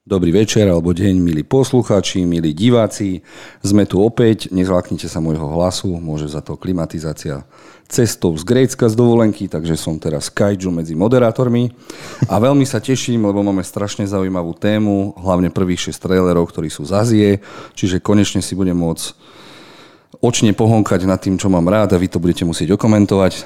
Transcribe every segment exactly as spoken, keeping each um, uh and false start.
Dobrý večer alebo deň, milí poslucháči, milí diváci. Sme tu opäť, nezláknite sa môjho hlasu, môže za to klimatizácia cestou z Grécka z dovolenky, takže som teraz kaiju medzi moderátormi. A veľmi sa teším, lebo máme strašne zaujímavú tému, hlavne prvých šesť trailerov, ktorí sú z Ázie, čiže konečne si budem môcť očne pohonkať nad tým, čo mám rád a vy to budete musieť okomentovať.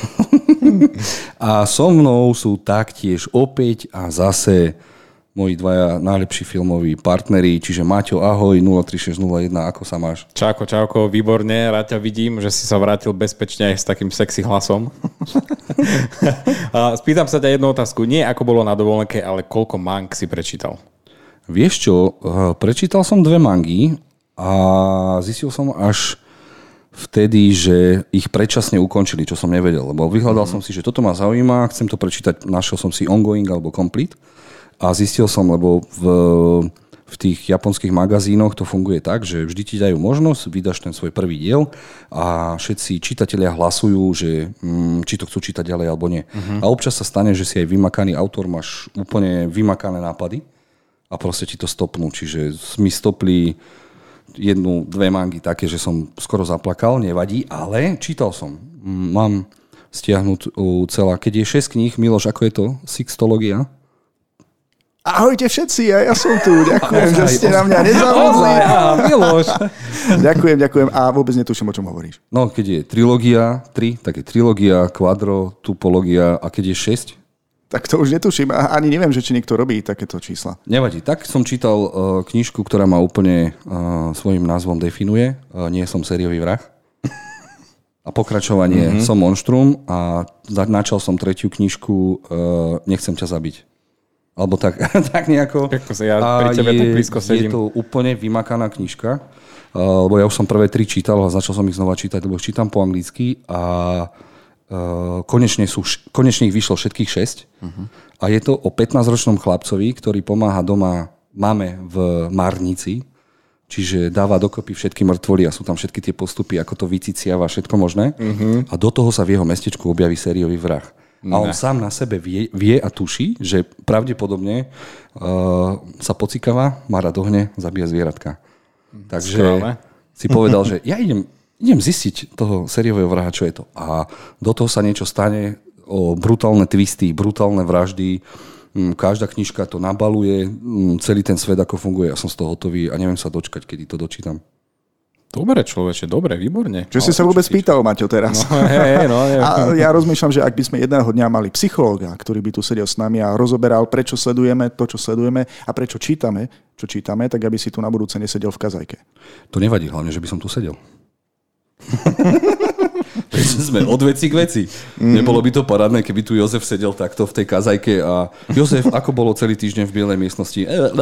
A so mnou sú taktiež opäť a zase moji dvaja najlepší filmoví partneri, čiže Maťo, ahoj, nula tri šesť nula jeden, ako sa máš? Čauko, čauko, výborne, rád ťa vidím, že si sa vrátil bezpečne aj s takým sexy hlasom. Spýtam sa ťa jednu otázku, nie ako bolo na dovolenke, ale koľko mang si prečítal? Vieš čo, prečítal som dve mangy a zistil som až vtedy, že ich predčasne ukončili, čo som nevedel, lebo vyhľadal mm-hmm. som si, že toto ma zaujíma, chcem to prečítať, našiel som si ongoing alebo complete. A zistil som, lebo v, v tých japonských magazínoch to funguje tak, že vždy ti dajú možnosť, vydáš ten svoj prvý diel a všetci čitatelia hlasujú, že hm, či to chcú čítať ďalej alebo nie. Uh-huh. A občas sa stane, že si aj vymakaný autor, máš úplne vymakané nápady a proste ti to stopnú. Čiže mi stopli jednu, dve mangy také, že som skoro zaplakal, nevadí, ale čítal som. Mám stiahnuť celá, keď je šesť kníh, Miloš, ako je to? Sixtológia? Ahojte všetci, a ja som tu. Ďakujem, že ste na mňa nezabudli. Miloš. Ďakujem, ďakujem a vôbec netuším, o čom hovoríš. No, keď je trilógia, tri, tak je trilógia, kvadrotupológia a keď je šesť? Tak to už netuším. Ani neviem, že či niekto robí takéto čísla. Nevadí. Tak som čítal uh, knižku, ktorá ma úplne uh, svojím názvom definuje. Uh, nie som sériový vrah. A pokračovanie mm-hmm. som monštrum a načal som tretiu knižku uh, Nechcem ťa zabiť. Alebo tak, tak nejako. Ja pri tebe je, tak blízko sedím. Je to úplne vymakaná knižka, lebo ja už som prvé tri čítal a začal som ich znova čítať, lebo ich čítam po anglicky a uh, konečne, sú, konečne ich vyšlo všetkých šesť. Uh-huh. A je to o pätnásťročnom chlapcovi, ktorý pomáha doma mame v Marnici, čiže dáva dokopy všetky mŕtvoly a sú tam všetky tie postupy, ako to vyciciava, všetko možné. Uh-huh. A do toho sa v jeho mestečku objaví sériový vrah. A on ne. sám na sebe vie, vie a tuší, že pravdepodobne uh, sa pocikáva, má rád ohne, zabíja zvieratka. Takže Skrále. si povedal, že ja idem, idem zistiť toho sériového vraha, čo je to. A do toho sa niečo stane, o brutálne twisty, brutálne vraždy. Každá knižka to nabaluje, celý ten svet, ako funguje. Ja som z toho hotový a neviem sa dočkať, kedy to dočítam. Dobre, človeče, dobre, výborne. Čo no, si sa vôbec pýtal, Maťo, teraz? No, hej, no, a ja rozmýšľam, že ak by sme jedného dňa mali psychológa, ktorý by tu sedel s nami a rozoberal, prečo sledujeme to, čo sledujeme a prečo čítame, čo čítame, tak aby si tu na budúce nesedel v kazajke. To nevadí, hlavne, že by som tu sedel. Sme od veci k veci. Mm. Nebolo by to parádne, keby tu Jozef sedel takto v tej kazajke a Jozef, ako bolo celý týždeň v bielej miestnosti?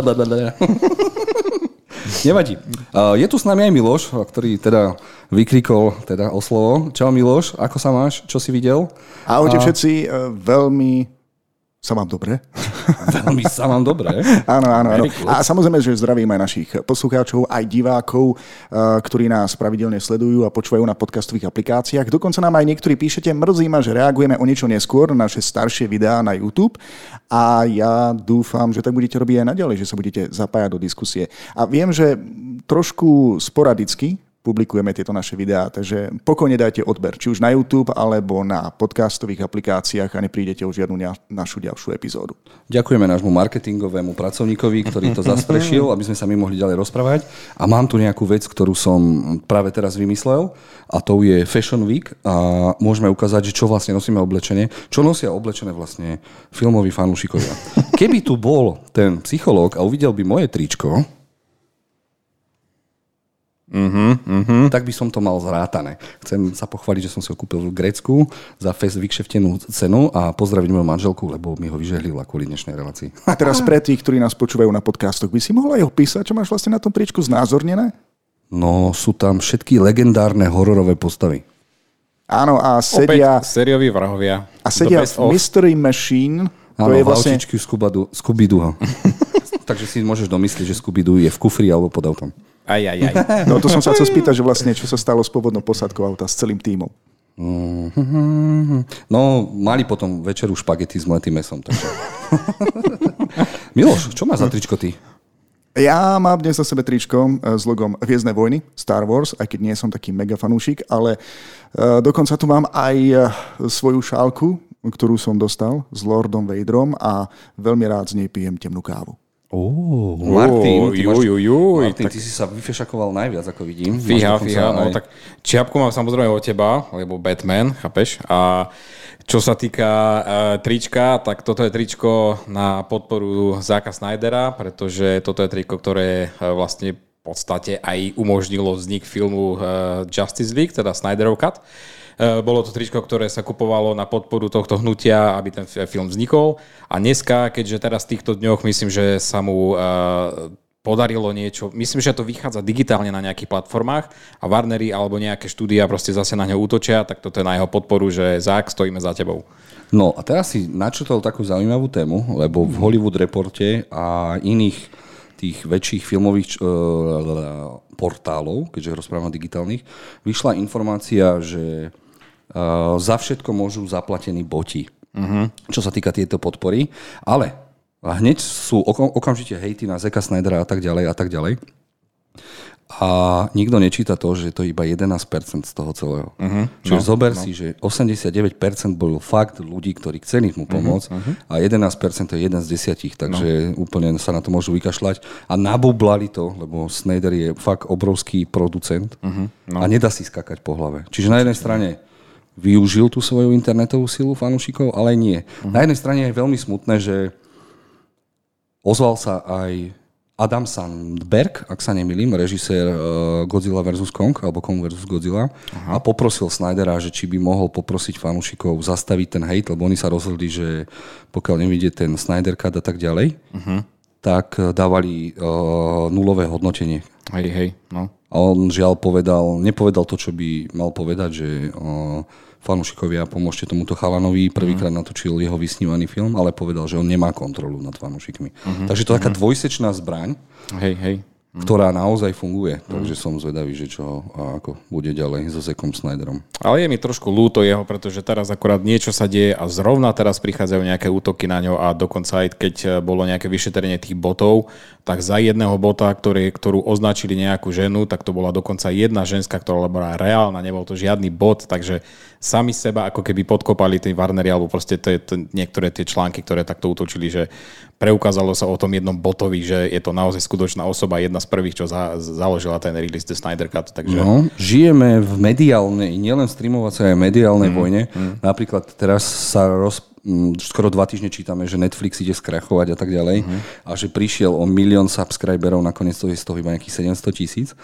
Nevadí. Je tu s nami aj Miloš, ktorý teda vykrikol teda o slovo. Čau Miloš, ako sa máš? Čo si videl? Ahojte A... všetci, veľmi sa mám dobre. Veľmi sa mám dobre. Áno, áno, áno. A samozrejme, že zdravím aj našich poslucháčov, aj divákov, ktorí nás pravidelne sledujú a počúvajú na podcastových aplikáciách. Dokonca nám aj niektorí píšete, mrzí ma, že reagujeme o niečo neskôr na naše staršie videá na YouTube. A ja dúfam, že tak budete robiť aj naďalej, že sa budete zapájať do diskusie. A viem, že trošku sporadicky publikujeme tieto naše videá, takže pokojne dajte odber, či už na YouTube, alebo na podcastových aplikáciách a neprídete o žiadnu našu ďalšiu epizódu. Ďakujeme nášmu marketingovému pracovníkovi, ktorý to zastrešil, aby sme sa my mohli ďalej rozprávať. A mám tu nejakú vec, ktorú som práve teraz vymyslel, a to je Fashion Week a môžeme ukázať, že čo vlastne nosíme oblečenie, čo nosia oblečené vlastne filmoví fanúšikovia. Keby tu bol ten psychológ a uvidel by moje tričko, Uh-huh, uh-huh. tak by som to mal zrátané. Chcem sa pochváliť, že som si ho kúpil v Grécku za fest vykšeftenú cenu a pozdraviť moju manželku, lebo mi ho vyžehlila kvôli dnešnej relácii. A teraz pre tých, ktorí nás počúvajú na podcastoch, by si mohol aj opísať, čo máš vlastne na tom tričku znázornené? No, sú tam všetky legendárne hororové postavy. Áno, a sedia... Opäť sérioví vrahovia. A sedia v Mystery Machine. To áno, je vlastne... valčičky Scooby-Doo. Takže si môžeš domyslieť, že Scooby-Doo je v kufri alebo pod autom. Aj, aj, aj. No to som sa chcel spýtať, že vlastne čo sa stalo s pôvodnou posádkou auta, s celým tímom. No, mali potom večeru špagety s mletým mesom. Takže. Miloš, čo máš za tričko ty? Ja mám dnes na sebe tričko s logom Hviezdne vojny, Star Wars, aj keď nie som taký mega fanúšik, ale dokonca tu mám aj svoju šálku, ktorú som dostal s Lordom Vaderom a veľmi rád z nej pijem temnú kávu. Ó, Martin, ty, máš, juj, juj, Martin tak... ty si sa vyfešakoval najviac, ako vidím. Fíha, fíha, no aj... tak čiapku mám samozrejme od teba, lebo Batman, chápeš? A čo sa týka uh, trička, tak toto je tričko na podporu Zacka Snydera, pretože toto je tričko, ktoré uh, vlastne v podstate aj umožnilo vznik filmu uh, Justice League, teda Snyderov Cut. Bolo to tričko, ktoré sa kupovalo na podporu tohto hnutia, aby ten film vznikol. A dneska, keďže teraz v týchto dňoch myslím, že sa mu podarilo niečo, myslím, že to vychádza digitálne na nejakých platformách a Warnery alebo nejaké štúdia proste zase na ňo útočia, tak toto je na jeho podporu, že Zack, stojíme za tebou. No a teraz si načrtol takú zaujímavú tému, lebo v Hollywood Reporte a iných tých väčších filmových uh, portálov, keďže rozprávame o digitálnych, vyšla informácia, že uh, za všetko môžu zaplatení boti, uh-huh. čo sa týka tieto podpory, ale hneď sú okam, okamžite hejty na Zacka Snydera a tak ďalej a tak ďalej. A nikto nečíta to, že to je iba jedenásť percent z toho celého. Uh-huh. Čiže no, zober no. si, že osemdesiatdeväť percent bol fakt ľudí, ktorí chceli mu pomôcť uh-huh. a jedenásť percent je jeden z desiatich, takže no. úplne sa na to môžu vykašľať. A nabublali to, lebo Snyder je fakt obrovský producent uh-huh. no. a nedá si skakať po hlave. Čiže na jednej strane využil tú svoju internetovú silu fanúšikov, ale nie. Uh-huh. Na jednej strane je veľmi smutné, že ozval sa aj Adam Sandberg, ak sa nemýlim, režisér Godzilla versus. Kong, alebo Kong versus. Godzilla, aha. a poprosil Snydera, že či by mohol poprosiť fanúšikov zastaviť ten hejt, lebo oni sa rozhodli, že pokiaľ nevidie ten Snyder Cut a tak ďalej, uh-huh. tak dávali uh, nulové hodnotenie. Hej, hej, no. A on žiaľ povedal, nepovedal to, čo by mal povedať, že uh, fanúšikovia, pomôžte tomuto chalanovi, prvýkrát uh-huh. natočil jeho vysnívaný film, ale povedal, že on nemá kontrolu nad fanúšikmi. Uh-huh. Takže to je taká uh-huh. dvojsečná zbraň, hej, hej. ktorá naozaj funguje. Mm. Takže som zvedavý, že čo a ako bude ďalej so Zackom Snyderom. Ale je mi trošku ľúto jeho, pretože teraz akorát niečo sa deje a zrovna teraz prichádzajú nejaké útoky na ňo a dokonca aj keď bolo nejaké vyšetrenie tých botov, tak za jedného bota, ktorý, ktorú označili nejakú ženu, tak to bola dokonca jedna ženská, ktorá bola reálna, nebol to žiadny bot, takže sami seba ako keby podkopali tí Warneri alebo proste to je to, niektoré tie články, ktoré takto útočili, že preukázalo sa o tom jednom botovi, že je to naozaj skutočná osoba, jedna z prvých, čo za, založila ten release The Snyder Cut. Takže... No, žijeme v mediálnej, nielen streamovacej, aj mediálnej mm, vojne. Mm. Napríklad teraz sa roz, skoro dva týždne čítame, že Netflix ide skrachovať a tak ďalej mm. a že prišiel o milión subscriberov, nakoniec to je z toho iba nejakých sedemsto tisíc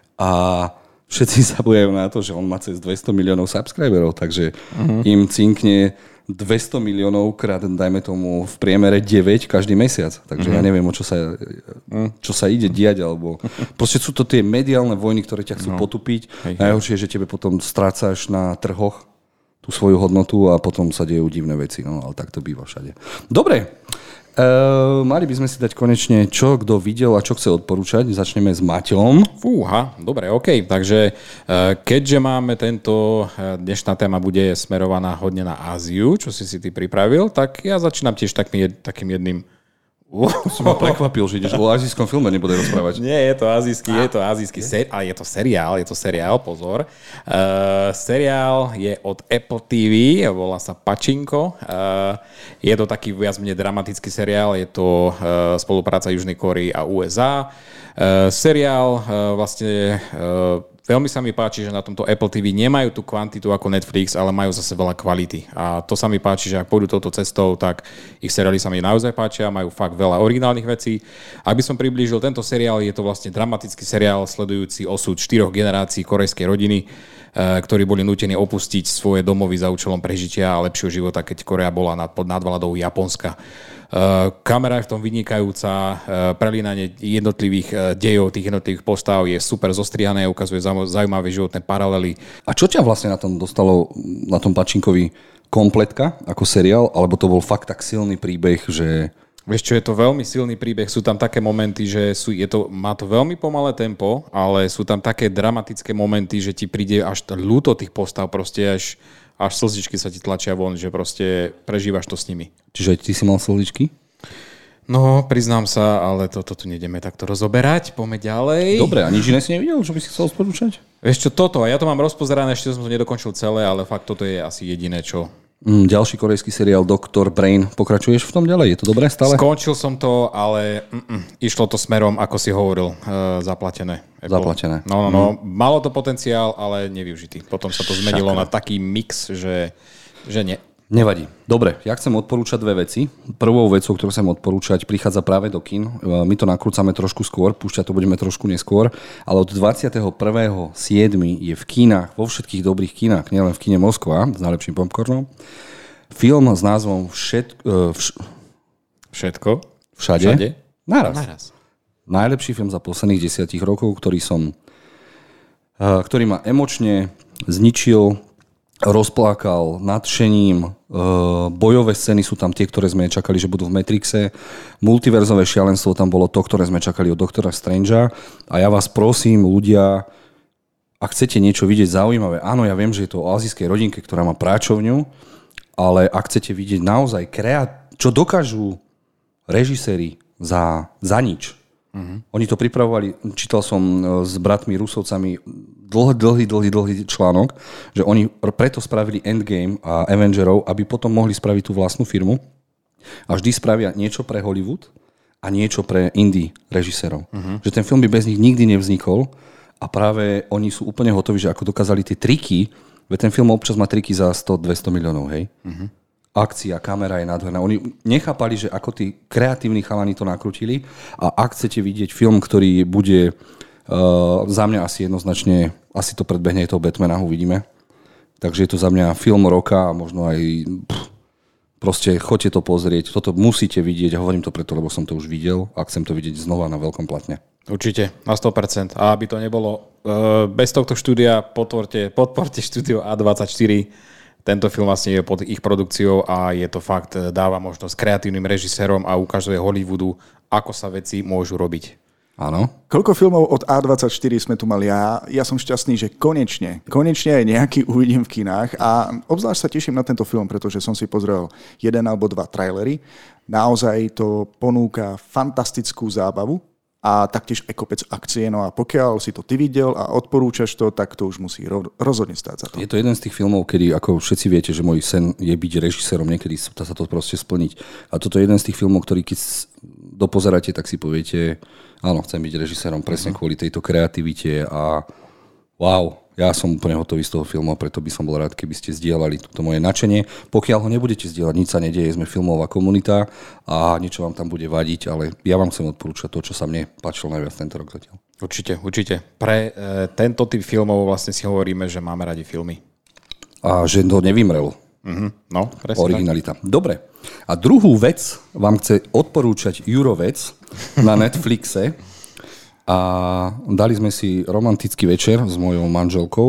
a všetci zabúdajú na to, že on má cez dvesto miliónov subscriberov, takže mm. im cinkne dvesto miliónov krát, dajme tomu, v priemere deväť každý mesiac. Takže mm-hmm. ja neviem, o čo sa, čo sa ide diať, alebo proste sú to tie mediálne vojny, ktoré ťa chcú no. potupiť. Hej, najhoršie je, že tebe potom strácaš na trhoch tú svoju hodnotu a potom sa dejú divné veci. No, ale tak to býva všade. Dobre. Uh, mali by sme si dať konečne, čo kto videl a čo chce odporúčať. Začneme s Maťom. Fúha, dobre, OK. Takže uh, keďže máme tento, uh, dnešná téma bude smerovaná hodne na Áziu, čo si si ty pripravil, tak ja začínam tiež takým, takým jedným... Uh. Si ma prekvapil, že ideš o azijskom filme, nebude rozprávať. Nie, je to azijský, je to azijský ser, ale je to seriál, je to seriál, pozor. Uh, seriál je od Apple té vé, volá sa Pachinko. Uh, je to taký viac menej dramatický seriál, je to uh, spolupráca Južnej Kórey a ú es á. Uh, seriál uh, vlastne... Uh, Veľmi sa mi páči, že na tomto Apple té vé nemajú tú kvantitu ako Netflix, ale majú zase veľa kvality. A to sa mi páči, že ak pôjdu touto cestou, tak ich seriály sa mi naozaj páčia, majú fakt veľa originálnych vecí. Ak by som priblížil tento seriál, je to vlastne dramatický seriál sledujúci osud štyroch generácií korejskej rodiny, ktorí boli nútení opustiť svoje domovy za účelom prežitia a lepšieho života, keď Korea bola pod nadvládou Japonska. Kamera je v tom vynikajúca, prelínanie jednotlivých dejov, tých jednotlivých postav je super zostrihané, ukazuje zaujímavé životné paralely. A čo ťa vlastne na tom dostalo, na tom Pachinkovi, kompletka ako seriál, alebo to bol fakt tak silný príbeh, že... Vieš čo, je to veľmi silný príbeh, sú tam také momenty, že sú, je to, má to veľmi pomalé tempo, ale sú tam také dramatické momenty, že ti príde až ľúto tých postav, proste až, až slzičky sa ti tlačia von, že proste prežívaš to s nimi. Čiže ty si mal slzičky? No, priznám sa, ale toto tu nejdeme takto rozoberať. Poďme ďalej. Dobre, a nič iné si nevidel, čo by si chcel odporúčať? Vieš čo, toto, ja to mám rozpozerané, ešte som to nedokončil celé, ale fakt toto je asi jediné, čo... Mm, ďalší korejský seriál doktor Brain. Pokračuješ v tom ďalej? Je to dobré stále? Skončil som to, ale mm, išlo to smerom, ako si hovoril, uh, zaplatené. Apple. Zaplatené. No, no, no. Mm. Malo to potenciál, ale nevyužitý. Potom sa to zmenilo Šakra. na taký mix, že, že nie. Nevadí. Dobre, ja chcem odporúčať dve veci. Prvou vecou, ktorú chcem odporúčať, prichádza práve do kín. My to nakrúcame trošku skôr, púšťať to budeme trošku neskôr, ale od dvadsiateho prvého júla je v kínach, vo všetkých dobrých kínach, nielen v kine Moskva, s najlepším popcornom, film s názvom Všet... Vš... Všetko? Všade? Všade? Naraz. Naraz. Najlepší film za posledných desiatich rokov, ktorý som, ktorý ma emočne zničil, rozplakal nadšením, bojové scény sú tam tie, ktoré sme čakali, že budú v Matrixe, multiverzové šialenstvo tam bolo to, ktoré sme čakali od doktora Strangea a ja vás prosím, ľudia, ak chcete niečo vidieť zaujímavé, áno, ja viem, že je to o azijskej rodinke, ktorá má práčovňu, ale ak chcete vidieť naozaj kreat, čo dokážu režiséri za, za nič. Uh-huh. Oni to pripravovali, čítal som s bratmi Rusovcami dlhý, dlhý, dlhý, dlhý článok, že oni preto spravili Endgame a Avengerov, aby potom mohli spraviť tú vlastnú firmu a vždy spravia niečo pre Hollywood a niečo pre indie režisérov. Uh-huh. Že ten film by bez nich nikdy nevznikol a práve oni sú úplne hotoví, že ako dokázali tie triky, veď ten film občas má triky za sto dvesto miliónov, hej? Uh-huh. Akcia, kamera je nádherná. Oni nechápali, že ako tí kreatívni chalani to nakrutili a ak chcete vidieť film, ktorý bude uh, za mňa asi jednoznačne, asi to predbehne toho Batmana, uvidíme. Takže je to za mňa film roka a možno aj pff, proste choďte to pozrieť. Toto musíte vidieť a hovorím to preto, lebo som to už videl a chcem to vidieť znova na veľkom platne. Určite, na sto percent. A aby to nebolo uh, bez tohto štúdia, podporte, podporte štúdio á dvadsaťštyri. Tento film vlastne je pod ich produkciou a je to fakt, dáva možnosť kreatívnym režisérom a ukazuje Hollywoodu, ako sa veci môžu robiť. Áno. Koľko filmov od á dvadsaťštyri sme tu mali ja? Ja som šťastný, že konečne, konečne aj nejaký uvidím v kinách a obzvlášť sa teším na tento film, pretože som si pozrel jeden alebo dva trailery. Naozaj to ponúka fantastickú zábavu a taktiež aj kopec akcie. No a pokiaľ si to ty videl a odporúčaš to, tak to už musí rozhodne stáť za to. Je to jeden z tých filmov, kedy, ako všetci viete, že môj sen je byť režisérom, niekedy sa to proste splniť. A toto je jeden z tých filmov, ktorý keď dopozeráte, tak si poviete, áno, chcem byť režisérom presne kvôli tejto kreativite a wow, ja som úplne hotový z toho filmu, preto by som bol rád, keby ste zdieľali toto moje nadšenie. Pokiaľ ho nebudete zdieľať, nič sa nedieje, sme filmová komunita a niečo vám tam bude vadiť, ale ja vám chcem odporúčať to, čo sa mne páčilo najviac tento rok zatiaľ. Určite, určite. Pre e, tento typ filmov vlastne si hovoríme, že máme radi filmy. A že to nevymrelo. Mm-hmm. No, presne. Originalita. Tak. Dobre. A druhú vec vám chce odporúčať Jurovec na Netflixe. A dali sme si romantický večer s mojou manželkou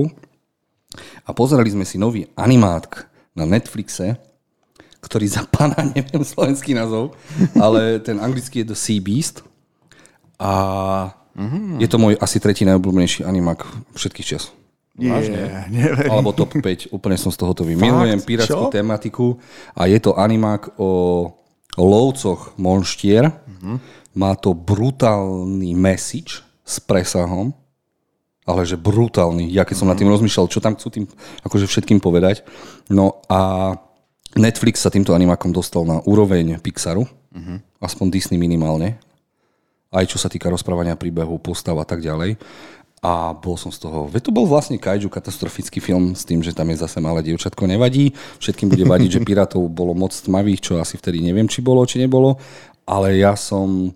a pozerali sme si nový animák na Netflixe, ktorý za pána, neviem slovenský názov, ale ten anglický je The Sea Beast a mm-hmm. je to môj asi tretí najobľúbenejší animák všetkých čas. Vážne? Yeah, alebo top päť, úplne som z toho hotový. Milujem pirátskú tematiku a je to animák o, o lovcoch monštier. Mm-hmm. Má to brutálny message s presahom, ale že brutálny. Ja keď som mm. nad tým rozmýšľal, čo tam chcú tým akože všetkým povedať. No a Netflix sa týmto animákom dostal na úroveň Pixaru, mm-hmm. aspoň Disney minimálne. Aj čo sa týka rozprávania príbehov, postav a tak ďalej. A bol som z toho... Veď to bol vlastne kaiju katastrofický film s tým, že tam je zase malé dievčatko, nevadí. Všetkým bude vadiť, že pirátov bolo moc tmavých, čo asi vtedy neviem, či bolo, či nebolo. Ale ja som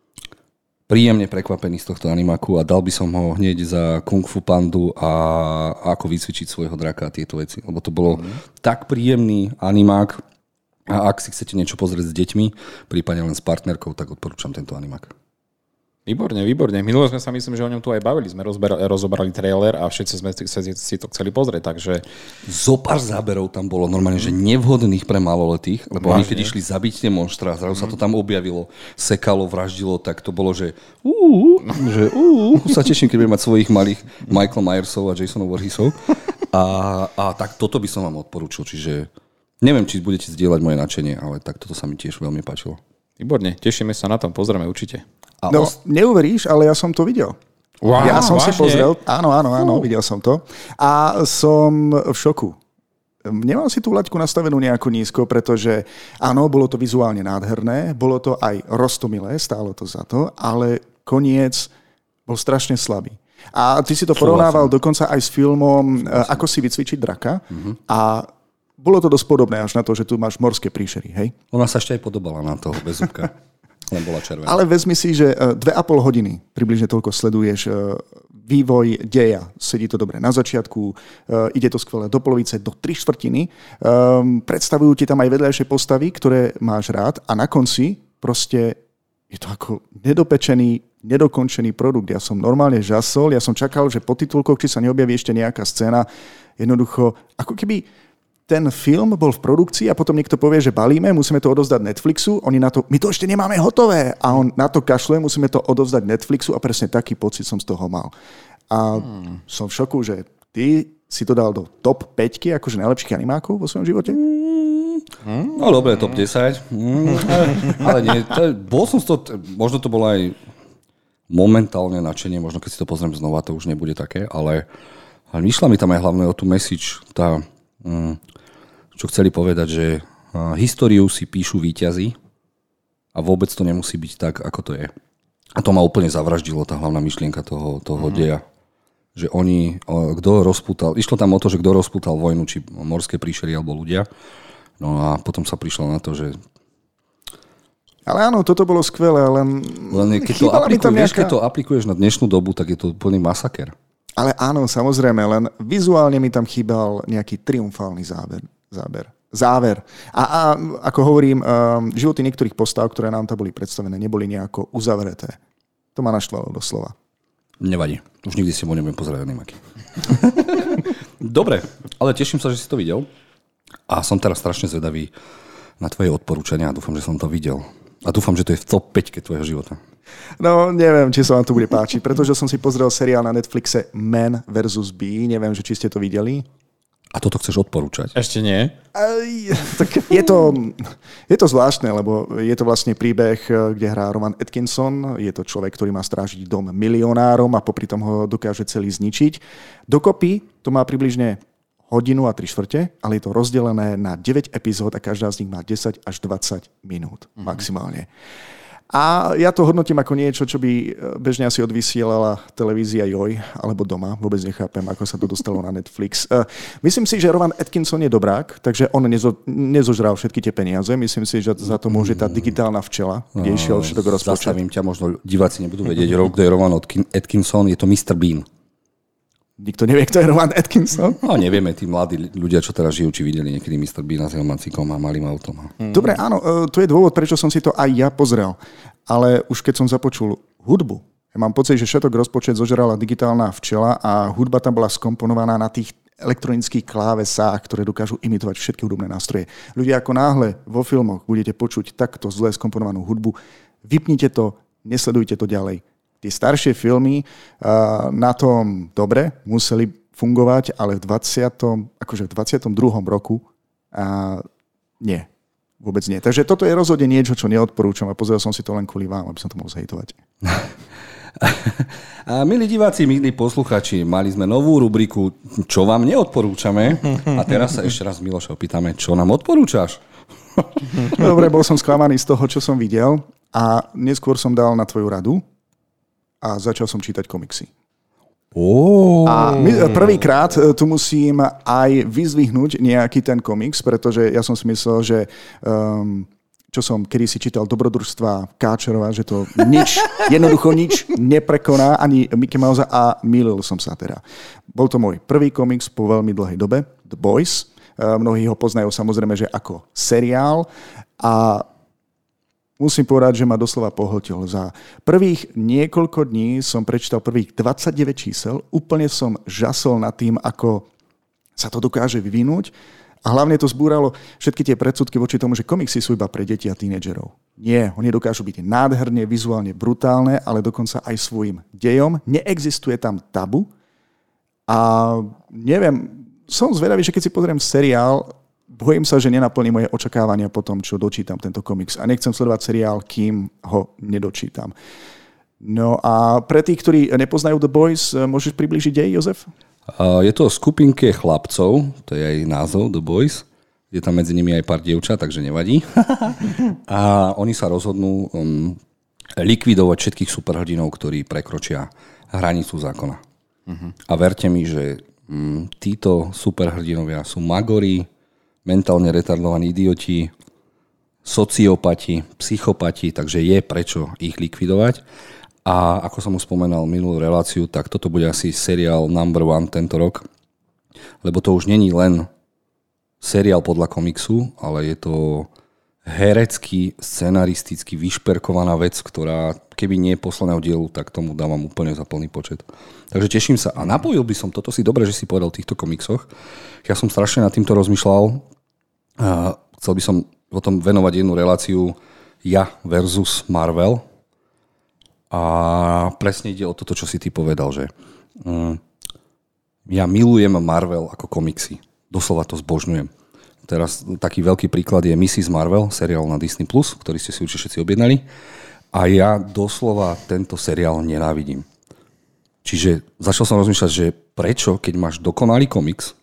príjemne prekvapený z tohto animáku a dal by som ho hneď za Kung Fu Pandu a ako vycvičiť svojho draka a tieto veci. Lebo to bolo mm. tak príjemný animák a ak si chcete niečo pozrieť s deťmi, prípadne len s partnerkou, tak odporúčam tento animák. Výborne, výborne. Minule sme sa myslím, že o ňom tu aj bavili. Sme rozberali, rozobrali trailer a všetci sme si to chceli pozrieť, takže... Zopár záberov tam bolo normálne, že nevhodných pre maloletých, lebo oni keď išli zabiť tie monštra, zrazu sa to tam objavilo, sekalo, vraždilo, tak to bolo, že uú, že uú, sa teším, keď budem mať svojich malých Michael Myersov a Jasonov Voorheesov. A, a tak toto by som vám odporúčil, čiže neviem, či budete zdieľať moje nadšenie, ale tak toto sa mi tiež veľmi páčilo. Výborne, tešíme sa na tom, pozrieme určite. A no, os... neuveríš, ale ja som to videl. Wow, ja som vážne? si pozrel, áno, áno, áno, uh. videl som to. A som v šoku. Nemal si tú laťku nastavenú nejako nízko, pretože áno, bolo to vizuálne nádherné, bolo to aj roztomilé, stálo to za to, ale koniec bol strašne slabý. A ty si to porovnával dokonca aj s filmom Ako si vycvičiť draka uh-huh. a bolo to dosť podobné až na to, že tu máš morské príšery, hej? Ona sa ešte aj podobala na toho bezúbka. Len bola červená. Ale vezmi si, že dve a pol hodiny približne toľko sleduješ vývoj deja. Sedí to dobre na začiatku, ide to skvelé do polovice, do tri štvrtiny. Predstavujú ti tam aj vedľajšie postavy, ktoré máš rád a na konci proste je to ako nedopečený, nedokončený produkt. Ja som normálne žasol, ja som čakal, že po titulkoch, či sa neobjaví ešte nejaká scéna, jednoducho, ako keby ten film bol v produkcii a potom niekto povie, že balíme, musíme to odovzdať Netflixu, oni na to, my to ešte nemáme hotové a on na to kašle, musíme to odovzdať Netflixu a presne taký pocit som z toho mal. A hmm. som v šoku, že ty si to dal do top päťky, akože najlepších animákov vo svojom živote? Hmm. No dobre, top desať. Hmm. Ale nie, to, bol som z toho, možno to bolo aj momentálne nadšenie, možno keď si to pozriem znova, to už nebude také, ale, ale myšla mi tam aj hlavne o tú message, tá Hmm. čo chceli povedať, že históriu si píšu víťazi a vôbec to nemusí byť tak, ako to je. A to ma úplne zavraždilo, tá hlavná myšlienka toho, toho mm. deja. Že oni, kto rozputal, išlo tam o to, že kto rozputal vojnu, či morské príšery alebo ľudia. No a potom sa prišlo na to, že... Ale áno, toto bolo skvelé, len... len keď, to aplikuj, nejaká... vieš, keď to aplikuješ na dnešnú dobu, tak je to úplný masaker. Ale áno, samozrejme, len vizuálne mi tam chýbal nejaký triumfálny záber. záber. Záver. A, a ako hovorím, um, životy niektorých postav, ktoré nám tam boli predstavené, neboli nejako uzavreté. To ma naštvalo doslova. Nevadí. Už nikdy si mu nebudem pozerať animáky. Dobre, ale teším sa, že si to videl. A som teraz strašne zvedavý na tvoje odporúčania a dúfam, že som to videl. A dúfam, že to je v top päťke tvojho života. No, neviem, či sa vám to bude páčiť, pretože som si pozrel seriál na Netflixe Man versus. Bee. Neviem, že či ste to videli. A toto chceš odporúčať? Ešte nie. Aj, tak je to, je to zvláštne, lebo je to vlastne príbeh, kde hrá Rowan Atkinson. Je to človek, ktorý má strážiť dom milionárom a popri tom ho dokáže celý zničiť. Dokopy to má približne hodinu a tri štvrte, ale je to rozdelené na deväť epizód a každá z nich má desať až dvadsať minút mm-hmm. maximálne. A ja to hodnotím ako niečo, čo by bežne asi odvysielala televízia Joj alebo doma. Vôbec nechápem, ako sa to dostalo na Netflix. Myslím si, že Rowan Atkinson je dobrák, takže on nezo, nezožral všetky tie peniaze. Myslím si, že za to môže tá digitálna včela, kde išiel všetok rozpočet. Zastavím ťa, možno diváci nebudú vedieť, kto je Rowan Atkinson, je to mister Bean. Nikto nevie, kto je Rowan Atkinson? No nevieme, tí mladí ľudia, čo teraz žijú, či videli niekedy mister Beana s helmancikom a malým autom. Hmm. Dobre, áno, to je dôvod, prečo som si to aj ja pozrel. Ale už keď som započul hudbu, ja mám pocit, že všetok rozpočet zožrala digitálna včela a hudba tam bola skomponovaná na tých elektronických klávesách, ktoré dokážu imitovať všetky hudobné nástroje. Ľudia, ako náhle vo filmoch budete počuť takto zle skomponovanú hudbu, vypnite to, nesledujte to ďalej. Tie staršie filmy uh, na tom dobre museli fungovať, ale v dvadsiatom akože v dvadsiatom druhom roku uh, nie. Vôbec nie. Takže toto je rozhodne niečo, čo neodporúčam a pozrel som si to len kvôli vám, aby som to mohol zhejtovať. A milí diváci, milí posluchači, mali sme novú rubriku Čo vám neodporúčame? A teraz sa ešte raz Miloša opýtame, čo nám odporúčaš? Dobre, bol som sklamaný z toho, čo som videl a neskôr som dal na tvoju radu a začal som čítať komiksy. Oh. A prvýkrát tu musím aj vyzvihnúť nejaký ten komiks, pretože ja som si myslel, že um, čo som kedysi čítal Dobrodružstva Káčerova, že to nič, jednoducho nič neprekoná ani Mickey Mouse a mýlil som sa teda. Bol to môj prvý komiks po veľmi dlhej dobe, The Boys. Mnohí ho poznajú samozrejme, že ako seriál a musím povedať, že ma doslova pohltil. Za prvých niekoľko dní som prečítal prvých dvadsaťdeväť čísel. Úplne som žasol nad tým, ako sa to dokáže vyvinúť. A hlavne to zbúralo všetky tie predsudky voči tomu, že komiksy sú iba pre deti a tínedžerov. Nie, oni dokážu byť nádherne, vizuálne brutálne, ale dokonca aj svojim dejom. Neexistuje tam tabu. A neviem, som zvedavý, že keď si pozriem seriál, bojím sa, že nenaplní moje očakávania po tom, čo dočítam tento komiks. A nechcem sledovať seriál, kým ho nedočítam. No a pre tých, ktorí nepoznajú The Boys, môžeš priblížiť dej, Jozef? Je to o skupinke chlapcov, to je aj názov The Boys. Je tam medzi nimi aj pár dievčat, takže nevadí. A oni sa rozhodnú um, likvidovať všetkých superhrdinov, ktorí prekročia hranicu zákona. Uh-huh. A verte mi, že um, títo superhrdinovia sú magori, mentálne retardovaní idioti, sociopati, psychopati, takže je prečo ich likvidovať. A ako som už spomenal minulú reláciu, tak toto bude asi seriál number one tento rok, lebo to už není len seriál podľa komiksu, ale je to herecky, scenaristicky vyšperkovaná vec, ktorá keby nie je posledného dielu, tak tomu dávam úplne za plný počet. Takže teším sa. A napojil by som, toto si dobre, že si povedal o týchto komiksoch. Ja som strašne nad týmto rozmýšľal. A chcel by som o tom venovať jednu reláciu ja versus Marvel. A presne ide o toto, čo si ty povedal, že mm, ja milujem Marvel ako komiksy. Doslova to zbožňujem. Teraz taký veľký príklad je missus Marvel, seriál na Disney plus, ktorý ste si určite všetci objednali. A ja doslova tento seriál nenávidím. Čiže začal som rozmýšľať, že prečo, keď máš dokonalý komiks,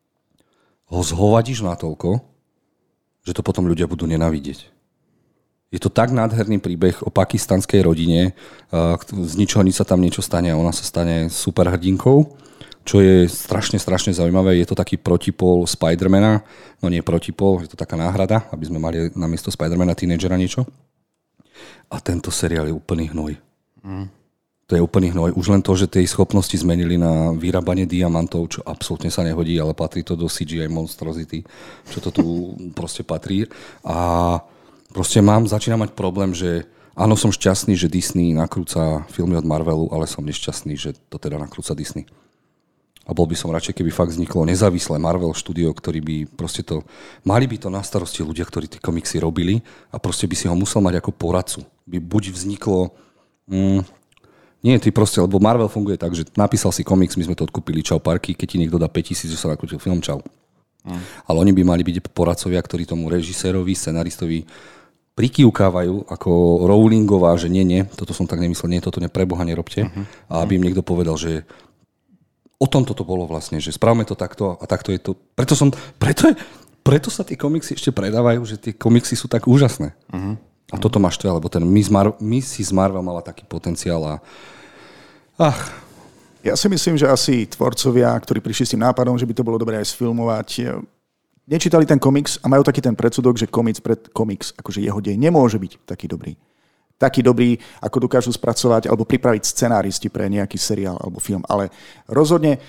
ho zhovadíš natoľko, že to potom ľudia budú nenávidieť. Je to tak nádherný príbeh o pakistanskej rodine, z ničoho nič sa tam niečo stane a ona sa stane superhrdinkou, čo je strašne, strašne zaujímavé. Je to taký protipol Spidermana, no nie protipol, je to taká náhrada, aby sme mali namiesto Spidermana tínedžera niečo. A tento seriál je úplný hnoj. Mm. To je úplný hnoj. Už len to, že tie schopnosti zmenili na vyrábanie diamantov, čo absolútne sa nehodí, ale patrí to do C G I monstrosity, čo to tu proste patrí. A proste mám, začínam mať problém, že áno, som šťastný, že Disney nakrúca filmy od Marvelu, ale som nešťastný, že to teda nakrúca Disney. A bol by som radšej, keby fakt vzniklo nezávislé Marvel štúdio, ktorí by proste to... Mali by to na starosti ľudia, ktorí tie komiksy robili a proste by si ho musel mať ako poradcu. By buď vzniklo... Mm, nie, ty proste, lebo Marvel funguje tak, že napísal si komiks, my sme to odkúpili, čau parky, keď ti niekto dá päťtisíc, že sa nakrútil film, čau. Mm. Ale oni by mali byť poradcovia, ktorí tomu režisérovi, scenaristovi prikývkávajú ako Rowlingová, že nie, nie, toto som tak nemyslel, nie, toto nepreboha nerobte. Uh-huh. A aby im niekto povedal, že o tom toto bolo vlastne, že spravme to takto a takto je to. Preto som, preto, je, preto sa tie komiksy ešte predávajú, že tie komiksy sú tak úžasné. Uh-huh. A toto máš to, lebo ten Miss Mar- missus Marvel mala taký potenciál a ach. Ja si myslím, že asi tvorcovia, ktorí prišli s tým nápadom, že by to bolo dobré aj sfilmovať, nečítali ten komiks a majú taký ten predsudok, že komiks pred komiks, akože jeho dej nemôže byť taký dobrý. Taký dobrý, ako dokážu spracovať alebo pripraviť scenáristi pre nejaký seriál alebo film. Ale rozhodne,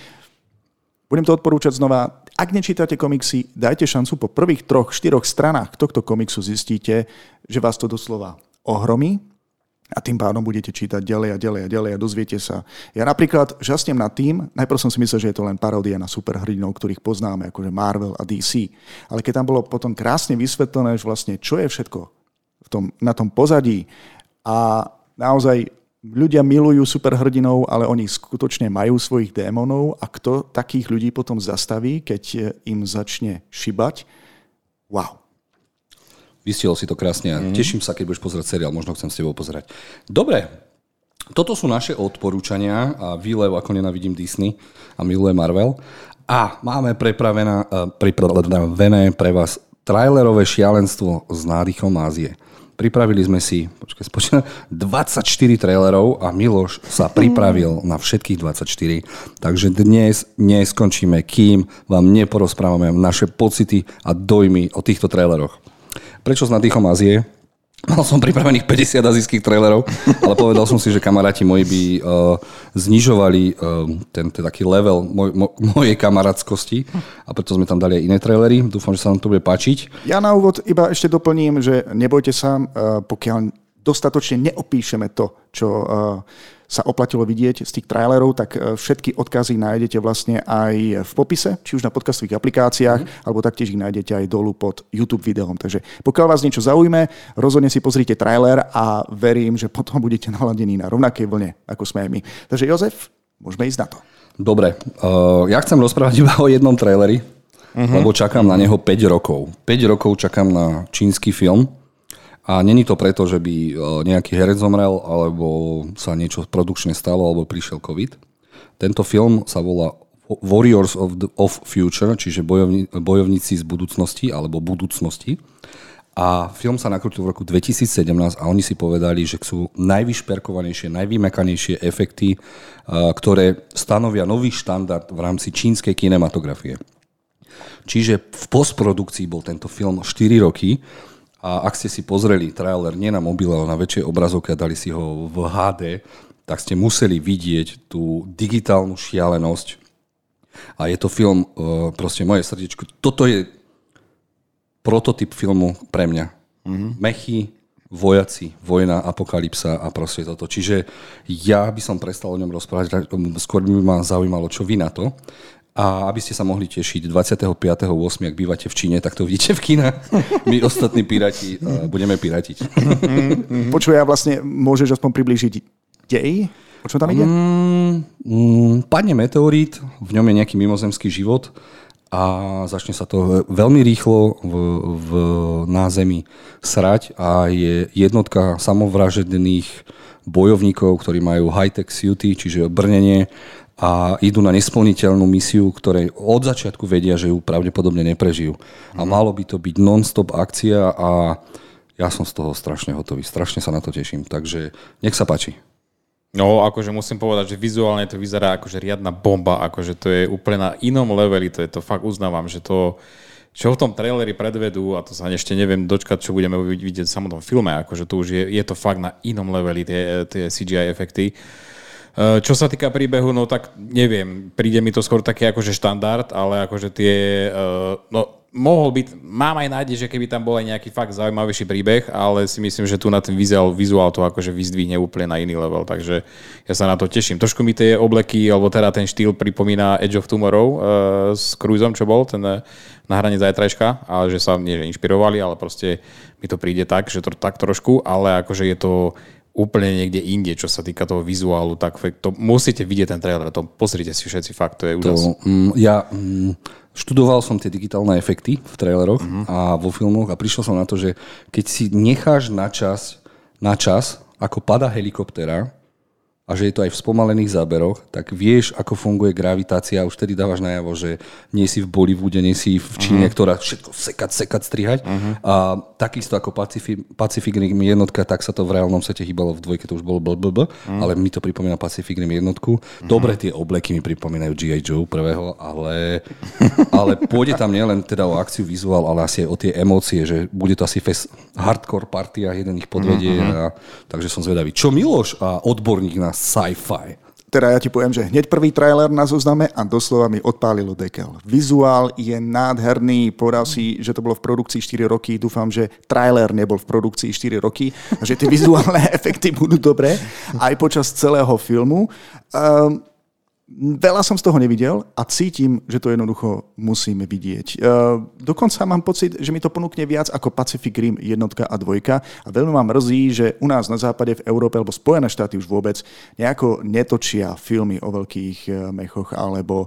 budem to odporúčať znova, ak nečítate komiksy, dajte šancu po prvých troch, štyroch stranách tohto komiksu zistíte, že vás to doslova ohromí a tým pádom budete čítať ďalej a ďalej a ďalej a dozviete sa. Ja napríklad žasnem nad tým, najprv som si myslel, že je to len paródia na superhrdinov, ktorých poznáme, akože Marvel a D C. Ale keď tam bolo potom krásne vysvetlené, že vlastne čo je všetko v tom, na tom pozadí a naozaj ľudia milujú superhrdinov, ale oni skutočne majú svojich démonov a kto takých ľudí potom zastaví, keď im začne šibať? Wow. Vystihol si to krásne a mm. teším sa, keď budeš pozerať seriál, možno chcem s tebou pozerať. Dobre, toto sú naše odporúčania a výlev, ako nenávidím Disney a milujem Marvel. A máme pripravené, pripravené pre vás trailerové šialenstvo s nádychom Ázie. Pripravili sme si počkaj, spočítam, dvadsaťštyri trailerov a Miloš sa pripravil na všetkých dvadsaťštyri. Takže dnes neskončíme, kým vám neporozprávame naše pocity a dojmy o týchto traileroch. Prečo s nadýchom Ázie? Mal som pripravených päťdesiat azijských trailerov, ale povedal som si, že kamaráti moji by uh, znižovali uh, ten, ten taký level moj, mo, mojej kamarátskosti a preto sme tam dali aj iné trailery. Dúfam, že sa vám to bude páčiť. Ja na úvod iba ešte doplním, že nebojte sa, uh, pokiaľ dostatočne neopíšeme to, čo uh, sa oplatilo vidieť z tých trailerov, tak všetky odkazy nájdete vlastne aj v popise, či už na podcastových aplikáciách, mm. alebo taktiež ich nájdete aj dolu pod YouTube videom. Takže pokiaľ vás niečo zaujme, rozhodne si pozrite trailer a verím, že potom budete naladení na rovnakej vlne, ako sme aj my. Takže Jozef, môžeme ísť na to. Dobre, uh, ja chcem rozprávať iba o jednom traileri uh-huh. lebo čakám na neho päť rokov. päť rokov čakám na čínsky film a není to preto, že by nejaký herec zomrel, alebo sa niečo produkčne stalo, alebo prišiel COVID. Tento film sa volá Warriors of, the, of Future, čiže bojovni, bojovníci z budúcnosti, alebo budúcnosti. A film sa nakrutil v roku dvetisícsedemnásť a oni si povedali, že sú najvyšperkovanejšie, najvymekanejšie efekty, ktoré stanovia nový štandard v rámci čínskej kinematografie. Čiže v postprodukcii bol tento film štyri roky a ak ste si pozreli trailer nie na mobile, ale na väčšej obrazovke a dali si ho v há dé, tak ste museli vidieť tú digitálnu šialenosť. A je to film, proste moje srdiečko, toto je prototyp filmu pre mňa. Mm-hmm. Mechy, vojaci, vojna, apokalypsa a proste toto. Čiže ja by som prestal o ňom rozprávať, skôr by ma zaujímalo, čo vy na to. A aby ste sa mohli tešiť dvadsiateho piateho ôsmeho ak bývate v Číne, tak to vidíte v kinách. My ostatní piráti uh, budeme piratiť. Počuj, ja vlastne môžeš aspoň priblížiť dej? O čo tam ide? Mm, mm, padne meteorít, v ňom je nejaký mimozemský život a začne sa to veľmi rýchlo v, v, na Zemi srať a je jednotka samovražedných bojovníkov, ktorí majú high-tech suity, čiže brnenie a idú na nesplniteľnú misiu, ktorej od začiatku vedia, že ju pravdepodobne neprežijú. A malo by to byť non-stop akcia a ja som z toho strašne hotový. Strašne sa na to teším. Takže nech sa páči. No, akože musím povedať, že vizuálne to vyzerá akože riadna bomba, akože to je úplne na inom leveli, to je to fakt uznávam, že to, čo v tom traileri predvedú, a to sa ešte neviem dočkať, čo budeme vidieť v samotnom filme, akože to už je, je to fakt na inom leveli, tie, tie C G I efekty. Čo sa týka príbehu, no tak neviem, príde mi to skôr také akože štandard, ale akože tie, no mohol byť, mám aj nádej, že keby tam bol aj nejaký fakt zaujímavejší príbeh, ale si myslím, že tu na ten vizuál, vizuál to akože vyzdvihne úplne na iný level, takže ja sa na to teším. Trošku mi tie obleky, alebo teda ten štýl pripomína Edge of Tomorrow uh, s Cruiseom, čo bol, ten uh, na hrane zajtrajška, ale že sa nie že inšpirovali, ale proste mi to príde tak, že to tak trošku, ale akože je to úplne niekde inde, čo sa týka toho vizuálu, tak to musíte vidieť ten trailer, to pozrite si všetci, fakt, to je úžas. To, mm, ja mm, študoval som tie digitálne efekty v traileroch uh-huh. a vo filmoch a prišiel som na to, že keď si necháš na čas, na čas, ako pada helikoptera a že je to aj v spomalených záberoch, tak vieš, ako funguje gravitácia a už tedy dávaš najavo, že nie si v Bollywoode, nie si v Číne, uh-huh. ktorá všetko sekať, sekať, strihať. Uh-huh. A takisto ako Pacific, Pacific Rim jednotka, tak sa to v reálnom svete hýbalo v dvojke, to už bolo blablabla, uh-huh. ale mi to pripomína Pacific Rim jednotku. Uh-huh. Dobre, tie obleky mi pripomínajú G I. Joe prvého, ale, ale pôjde tam nielen teda o akciu, vizuál, ale asi aj o tie emócie, že bude to asi fest hardcore party a jeden ich podvedie. Uh-huh. A, takže som zvedavý. Čo Miloš a odborník na sci-fi? Teda ja ti poviem, že hneď prvý trailer na zozname a doslova mi odpálilo dekel. Vizuál je nádherný, povedal si, že to bolo v produkcii štyri roky, dúfam, že trailer nebol v produkcii štyri roky, že tie vizuálne efekty budú dobré aj počas celého filmu. Um, Veľa som z toho nevidel a cítim, že to jednoducho musíme vidieť. Dokonca mám pocit, že mi to ponúkne viac ako Pacific Rim jednotka a dvojka a veľmi ma mrzí, že u nás na západe v Európe alebo Spojené štáty už vôbec nejako netočia filmy o veľkých mechoch alebo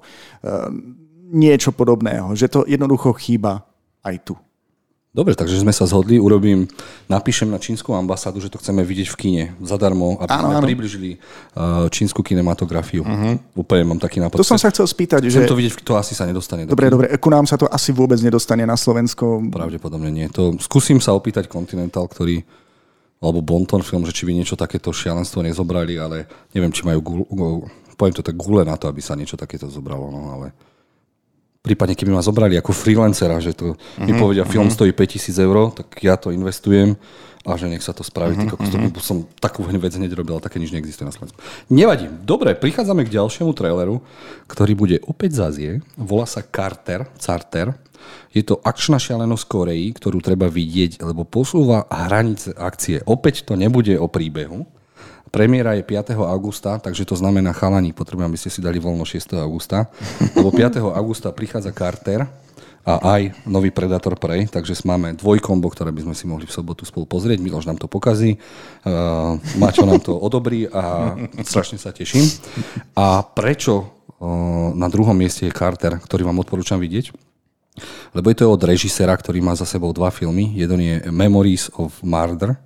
niečo podobného. Že to jednoducho chýba aj tu. Dobre, takže sme sa zhodli, urobím, napíšem na čínsku ambasádu, že to chceme vidieť v kine zadarmo, aby áno, sme áno. približili uh, čínsku kinematografiu. Uh-huh. Úplne mám taký nápad. To som sa chcel spýtať, Chcem že... to vidieť, to asi sa nedostane. Dobre, dobre, ku nám sa to asi vôbec nedostane na Slovensko. Pravdepodobne nie. To, skúsim sa opýtať Continental, ktorý, alebo Bonton film, že či by niečo takéto šialenstvo nezobrali, ale neviem, či majú gul, gul, poviem to tak gule na to, aby sa niečo takéto zobralo, no ale... Prípadne, keby ma zobrali ako freelancera, že to uh-huh, mi povedia, film uh-huh. stojí päťtisíc eur, tak ja to investujem a že nech sa to spraví. Uh-huh, uh-huh. To som takú vec hneď robil, ale také nič neexistuje na Slovensku. Nevadí. Dobre, prichádzame k ďalšiemu traileru, ktorý bude opäť z Ázie. Volá sa Carter. Carter. Je to akčná šialenosť Koreji, ktorú treba vidieť, lebo posúva hranice akcie. Opäť to nebude o príbehu. Premiéra je piateho augusta, takže to znamená, chalani, potrebujem, aby ste si dali voľno šiesteho augusta, lebo piateho augusta prichádza Carter a aj nový Predator Prey, takže máme dvojkombo, ktoré by sme si mohli v sobotu spolu pozrieť. Miloš nám to pokazí, uh, Maťo nám to odobrí a strašne sa teším. A prečo uh, na druhom mieste je Carter, ktorý vám odporúčam vidieť? Lebo je to od režisera, ktorý má za sebou dva filmy. Jeden je Memories of Murder.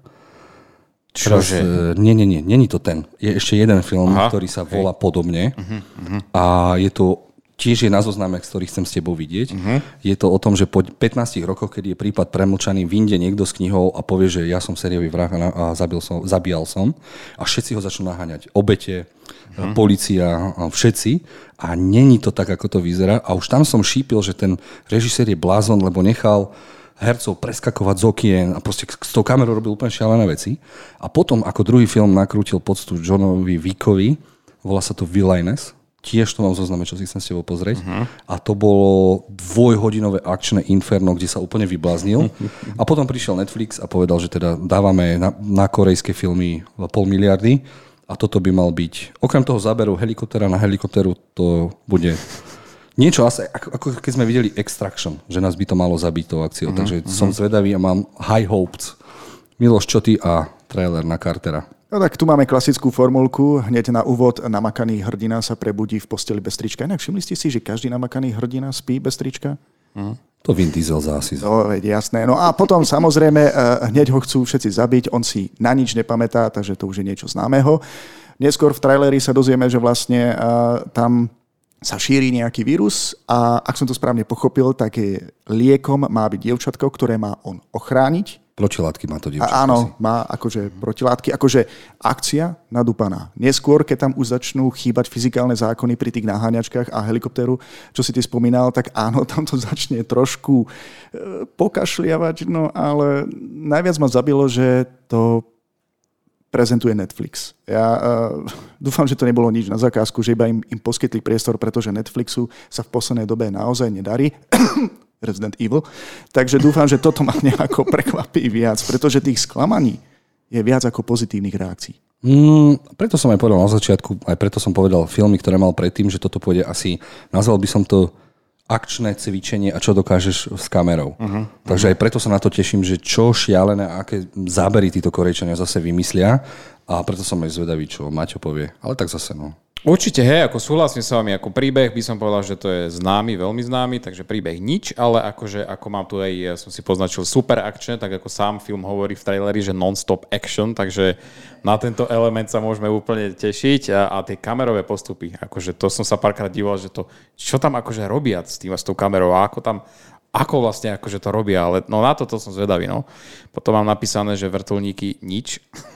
Čože? Nie, nie, nie, nie je to ten. Je ešte jeden film, Aha, ktorý sa okay. volá podobne. Uh-huh, uh-huh. A je to tiež je na zozname, ktorý chcem s tebou vidieť. Uh-huh. Je to o tom, že po pätnástich rokoch, keď je prípad premlčaný, vyjde niekto s knihou a povie, že ja som sériový vrah a zabil som, zabíjal som. A všetci ho začnú naháňať. Obete, uh-huh. polícia, všetci. A není to tak, ako to vyzerá. A už tam som šípil, že ten režisér je blázon, lebo nechal hercov preskakovať z okien a proste s tou kamerou robil úplne šialené veci. A potom, ako druhý film nakrútil poctu Johnovi Wickovi, volá sa to Villainess, tiež to mám zozname, čo si chcem s tebou pozrieť. Uh-huh. A to bolo dvojhodinové akčné inferno, kde sa úplne vybláznil. A potom prišiel Netflix a povedal, že teda dávame na, na korejské filmy pol miliardy a toto by mal byť. Okrem toho záberu helikoptera na helikopteru to bude niečo asi, ako, ako keď sme videli Extraction, že nás by to malo zabiť tou akciou. Uh-huh. Takže uh-huh. som zvedavý a mám high hopes. Miloš, čo ty a trailer na Cartera? No tak tu máme klasickú formulku. Hneď na úvod namakaný hrdina sa prebudí v posteli bez trička. Inak všimli ste si, že každý namakaný hrdina spí bez trička? Uh-huh. To Vin Diesel zásy. No, veď jasné. No a potom samozrejme hneď ho chcú všetci zabiť. On si na nič nepamätá, takže to už je niečo známeho. Neskôr v traileri sa dozvieme, že vlastne uh, tam sa šíri nejaký vírus a ak som to správne pochopil, tak je liekom má byť dievčatko, ktoré má on ochrániť. Protilátky má to dievčatko. Áno, má akože protilátky, akože akcia nadúpaná. Neskôr, keď tam už začnú chýbať fyzikálne zákony pri tých naháňačkách a helikoptéru, čo si ty spomínal, tak áno, tam to začne trošku e, pokašliavať, no ale najviac ma zabilo, že to prezentuje Netflix. Ja uh, dúfam, že to nebolo nič na zakázku, že iba im, im poskytli priestor, pretože Netflixu sa v poslednej dobe naozaj nedarí. Resident Evil. Takže dúfam, že toto ma nejako prekvapí viac, pretože tých sklamaní je viac ako pozitívnych reakcií. Mm, preto som aj povedal na začiatku, aj preto som povedal filmy, ktoré mal predtým, že toto pôjde asi, nazval by som to akčné cvičenie a čo dokážeš s kamerou. Uh-huh. Takže aj preto sa na to teším, že čo šialené a aké zábery títo Korejčania zase vymyslia a preto som aj zvedavý, čo Maťo povie. Ale tak zase, no. Určite, hej, ako súhlasím s vami, ako príbeh by som povedal, že to je známy, veľmi známy, takže príbeh nič, ale akože, ako mám tu aj, ja som si poznačil super akčné, tak ako sám film hovorí v traileri, že non-stop action, takže na tento element sa môžeme úplne tešiť a, a tie kamerové postupy, akože to som sa párkrát díval, že to, čo tam akože robia s tým, s tou kamerou a ako tam ako vlastne akože to robia, ale no na toto som zvedavý, no. Potom mám napísané, že vrtuľníky nič.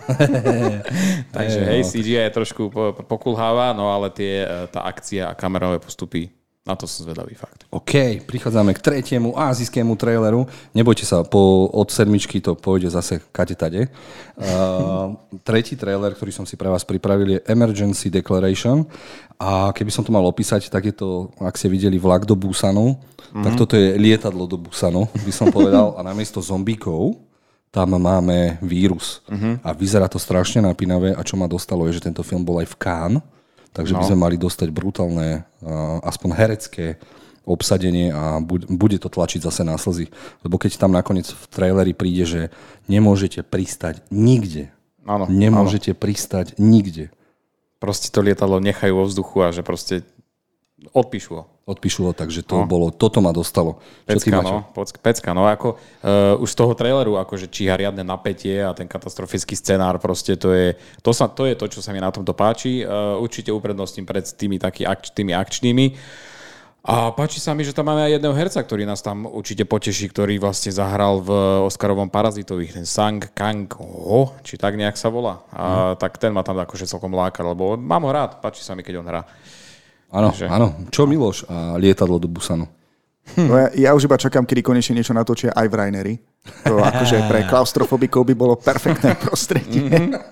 Takže hej, cé gé je trošku pokulháva, no ale tie, tá akcia a kamerové postupy, na to som zvedavý fakt. OK, prichádzame k tretiemu azijskému traileru. Nebojte sa, po, od sedmičky to pôjde zase kade tade. Uh, tretí trailer, ktorý som si pre vás pripravil, je Emergency Declaration. A keby som to mal opísať, tak je to, ak ste videli vlak do Busanu, mm-hmm. tak toto je lietadlo do Busanu, by som povedal. A namiesto zombíkov tam máme vírus. Mm-hmm. A vyzerá to strašne napínavé. A čo ma dostalo je, že tento film bol aj v Cannes. Takže no. by sme mali dostať brutálne, uh, aspoň herecké obsadenie a bude, bude to tlačiť zase na slzy. Lebo keď tam nakoniec v traileri príde, že nemôžete pristať nikde. Áno, nemôžete áno. pristať nikde. Proste to lietadlo nechajú vo vzduchu a že proste odpíšu ho. Odpíšu ho, takže to no. bolo, toto ma dostalo. Pecka, no, pecka, no, ako uh, už z toho traileru, akože číha riadne napätie a ten katastrofický scenár, proste to je to, sa, to je to, čo sa mi na tomto páči. Uh, určite uprednostním pred tými, taký, akč, tými akčnými. A páči sa mi, že tam máme aj jedného herca, ktorý nás tam určite poteší, ktorý vlastne zahral v Oscarovom Parazitovi, ten Sang Kang-ho, či tak nejak sa volá. A mm. tak ten ma tam akože celkom láka, lebo mám ho rád, páči sa mi, keď on hrá. Áno, Takže... áno. Čo Miloš a lietadlo do Busanu? Hm. No ja, ja už iba čakám, kedy konečne niečo natočia aj v Raineri. To akože pre klaustrofobikov by bolo perfektné prostredie.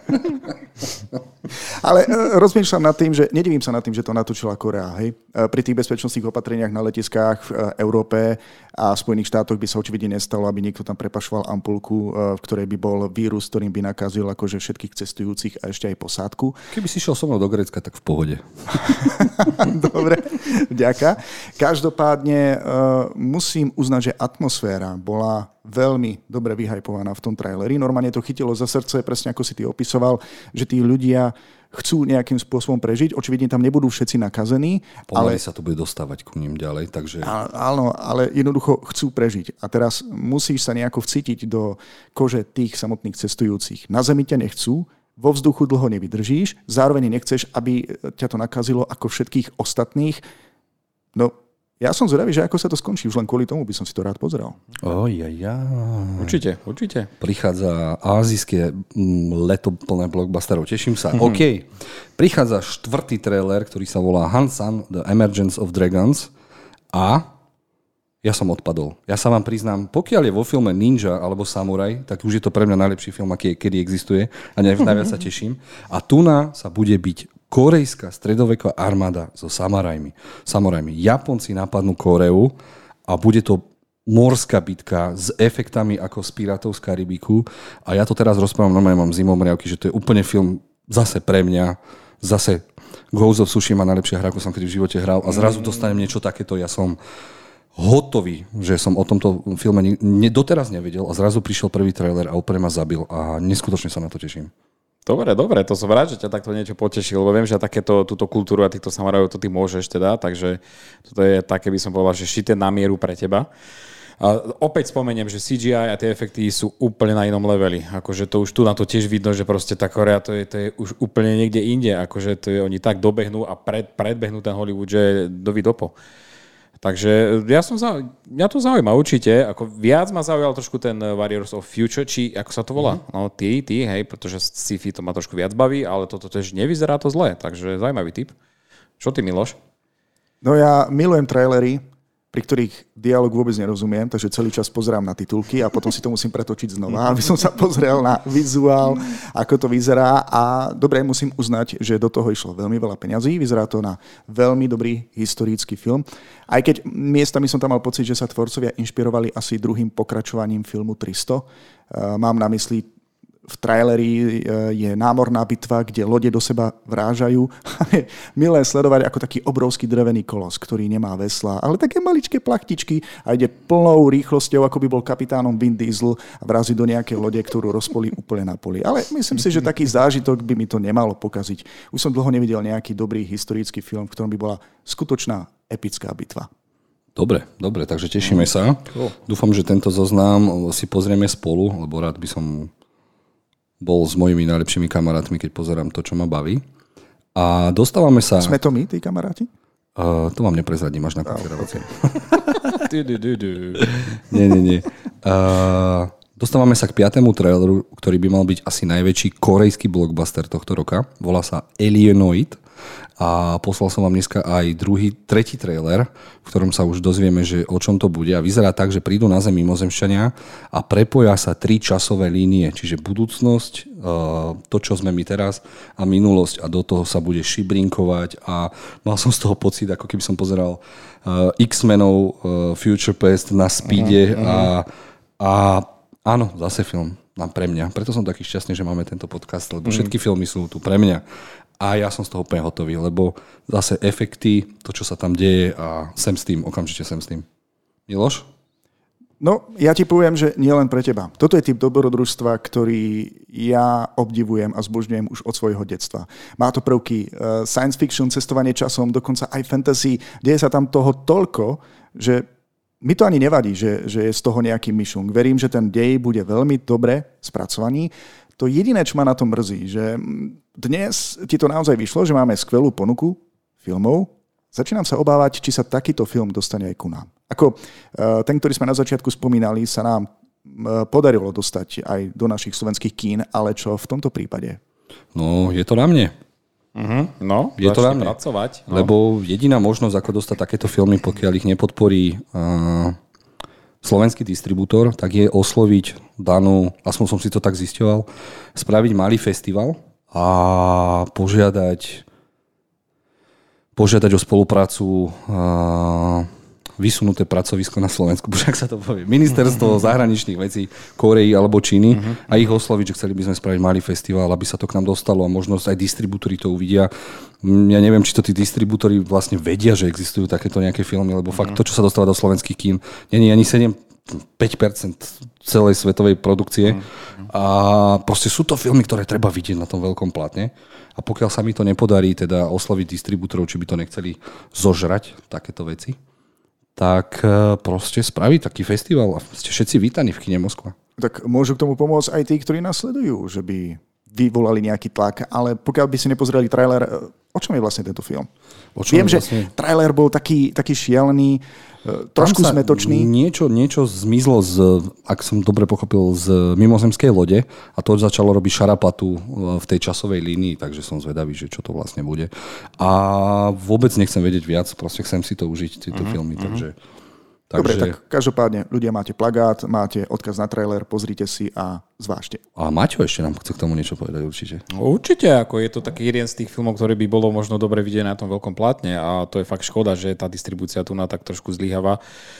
Ale rozmýšľam nad tým, že nedivím sa nad tým, že to natočila Korea. Hej? Pri tých bezpečnostných opatreniach na letiskách v Európe a Spojených štátoch by sa očividne nestalo, aby niekto tam prepašoval ampulku, v ktorej by bol vírus, ktorým by nakazil akože všetkých cestujúcich a ešte aj posádku. Keby si šiel so mnou do Grécka, tak v pohode. Dobre, vďaka. Každopádne uh, musím uznať, že atmosféra bola veľmi dobre vyhajpovaná v tom traileri. Normálne to chytilo za srdce, presne ako si ty opisoval, že tí ľudia chcú nejakým spôsobom prežiť. Očividne tam nebudú všetci nakazení. Pomaly ale... sa to bude dostávať ku ním ďalej, takže... A, áno, ale jednoducho chcú prežiť. A teraz musíš sa nejako vcítiť do kože tých samotných cestujúcich. Na zemi ťa nechcú, vo vzduchu dlho nevydržíš, zároveň nechceš, aby ťa to nakazilo ako všetkých ostatných. No, ja som zvedavý, že ako sa to skončí. Už len kvôli tomu by som si to rád pozrel. Ojaja. Určite, určite. Prichádza azijské leto plné blockbusterov. Teším sa. Mm-hmm. OK. Prichádza štvrtý trailer, ktorý sa volá Hansan, The Emergence of Dragons. A ja som odpadol. Ja sa vám priznám, pokiaľ je vo filme ninja alebo samuraj, tak už je to pre mňa najlepší film, aký kedy existuje. A najviac sa teším. A tuna sa bude byť korejská stredoveková armáda so samurajmi. Samurajmi. Japonci napadnú Koreu a bude to morská bitka s efektami ako z Pirátov z Karibiku. A ja to teraz rozprávam, normálne mám zimomriavky, že to je úplne film zase pre mňa. Zase Ghost of Tsushima, najlepšia hra, ako som kedy v živote hral. A zrazu dostanem niečo takéto. Ja som hotový, že som o tomto filme doteraz nevedel a zrazu prišiel prvý trailer a úplne ma zabil. A neskutočne sa na to teším. Dobre, dobre, to som rád, že ťa takto niečo potešil, lebo viem, že takéto túto kultúru a týchto samurajov to ty môžeš teda, takže toto je také, by som povedal, že šité na mieru pre teba. A opäť spomeniem, že C G I a tie efekty sú úplne na inom leveli. Akože to už tu na to tiež vidno, že proste tá Korea to je, to je už úplne niekde inde. Akože to je, oni tak dobehnú a pred, predbehnú ten Hollywood, že je dovidopo. Takže ja som za, mňa to zaujíma určite, ako viac ma zaujal trošku ten Warriors of Future, či ako sa to volá? Mm-hmm. No ty, ty, hej, pretože sci-fi to ma trošku viac baví, ale toto tiež nevyzerá to zle, takže zaujímavý tip. Čo ty, Miloš? No ja milujem trailery, pri ktorých dialog vôbec nerozumiem, takže celý čas pozerám na titulky a potom si to musím pretočiť znova, aby som sa pozrel na vizuál, ako to vyzerá. A dobre, musím uznať, že do toho išlo veľmi veľa peňazí. Vyzerá to na veľmi dobrý historický film. Aj keď miestami som tam mal pocit, že sa tvorcovia inšpirovali asi druhým pokračovaním filmu tristo. Mám na mysli, v traileri je námorná bitva, kde lode do seba vrážajú. Je milé sledovať ako taký obrovský drevený kolos, ktorý nemá vesla, ale také maličké plachtičky a ide plnou rýchlosťou, ako by bol kapitánom Vin Diesel a vrazí do nejakej lode, ktorú rozpolí úplne na poli. Ale myslím si, že taký zážitok by mi to nemalo pokaziť. Už som dlho nevidel nejaký dobrý historický film, v ktorom by bola skutočná epická bitva. Dobre, dobre, takže tešíme sa. Dúfam, že tento zoznam si pozrieme spolu, lebo rád by som bol s mojimi najlepšími kamarátmi, keď pozerám to, čo ma baví. A dostávame sa... Sme to my, tí kamaráti? Uh, to vám neprezradím až na konci relácie. Okay. nie, nie, nie. Uh, dostávame sa k piatému traileru, ktorý by mal byť asi najväčší korejský blockbuster tohto roka. Volá sa Alienoid. A poslal som vám dneska aj druhý, tretí trailer, v ktorom sa už dozvieme, že o čom to bude. A vyzerá tak, že prídu na Zem mimozemšťania a prepoja sa tri časové línie, čiže budúcnosť, to, čo sme my teraz, a minulosť. A do toho sa bude šibrinkovať a mal som z toho pocit, ako keby som pozeral X-menov Future Past na speede uh-huh. a, a áno, zase film pre mňa. Preto som taký šťastný, že máme tento podcast, lebo všetky filmy sú tu pre mňa. A ja som z toho úplne hotový, lebo zase efekty, to, čo sa tam deje a sem s tým, okamžite sem s tým. Miloš? No, ja ti poviem, že nie len pre teba. Toto je typ dobrodružstva, ktorý ja obdivujem a zbožňujem už od svojho detstva. Má to prvky uh, science fiction, cestovanie časom, dokonca aj fantasy. Deje sa tam toho toľko, že mi to ani nevadí, že, že je z toho nejaký myšung. Verím, že ten dej bude veľmi dobre spracovaný. To jediné, čo ma na tom mrzí, že dnes ti to naozaj vyšlo, že máme skvelú ponuku filmov. Začínam sa obávať, či sa takýto film dostane aj ku nám. Ako ten, ktorý sme na začiatku spomínali, sa nám podarilo dostať aj do našich slovenských kín, ale čo v tomto prípade? No, je to na mne. Uh-huh. No, je to na mne. Pracovať. No. Lebo jediná možnosť, ako dostať takéto filmy, pokiaľ ich nepodporí uh, slovenský distribútor, tak je osloviť danú, aspoň som si to tak zisťoval, spraviť malý festival a požiadať požiadať o spoluprácu uh, vysunuté pracovisko na Slovensku, bože, ak sa to povie, ministerstvo uh-huh. zahraničných vecí Korei alebo Číny uh-huh. a ich osloviť, že chceli by sme spraviť malý festival, aby sa to k nám dostalo a možno aj distribútori to uvidia. Ja neviem, či to tí distribútori vlastne vedia, že existujú takéto nejaké filmy, lebo uh-huh. fakt to, čo sa dostáva do slovenských kín, nie je ani sedem päť percent celej svetovej produkcie. Mm. A proste sú to filmy, ktoré treba vidieť na tom veľkom plátne. A pokiaľ sa mi to nepodarí teda osloviť distribútorov, či by to nechceli zožrať, takéto veci, tak proste spraviť taký festival a ste všetci vítaní v kine Moskva. Tak môžu k tomu pomôcť aj tí, ktorí nás sledujú, že by vyvolali nejaký tlak, ale pokiaľ by si nepozreli trailer, o čom je vlastne tento film? Viem, že vlastne... trailer bol taký, taký šialený, trošku smetočný. Niečo, niečo zmizlo, z, ak som dobre pochopil, z mimozemskej lode a to začalo robiť šarapatu v tej časovej línii, takže som zvedavý, že čo to vlastne bude. A vôbec nechcem vedieť viac, proste chcem si to užiť, tieto uh-huh, filmy, uh-huh. takže... Dobre, Takže... tak každopádne, ľudia, máte plagát, máte odkaz na trailer, pozrite si a zvážte. A Maťo ešte nám chce k tomu niečo povedať určite. Určite, ako je to taký jeden z tých filmov, ktorý by bolo možno dobre vidieť na tom veľkom plátne a to je fakt škoda, že tá distribúcia tu na tak trošku zlyháva.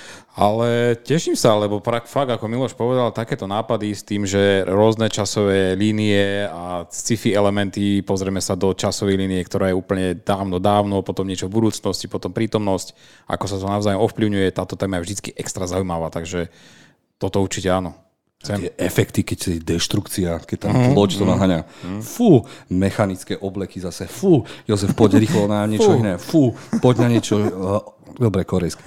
Ale teším sa, lebo fakt, ako Miloš povedal, takéto nápady s tým, že rôzne časové línie a sci-fi elementy, pozrieme sa do časovej línie, ktorá je úplne dávno, dávno, potom niečo v budúcnosti, potom prítomnosť, ako sa to navzájom ovplyvňuje, táto téma je vždy extra zaujímavá, takže toto určite áno. Tie efekty, keď je deštrukcia, keď tam mm, loď to naháňa. Mm. Fú, mechanické obleky zase. Fú, Jozef, poď rýchlo na niečo fú. iné. Fú, poď na niečo... Uh, dobre, korejské.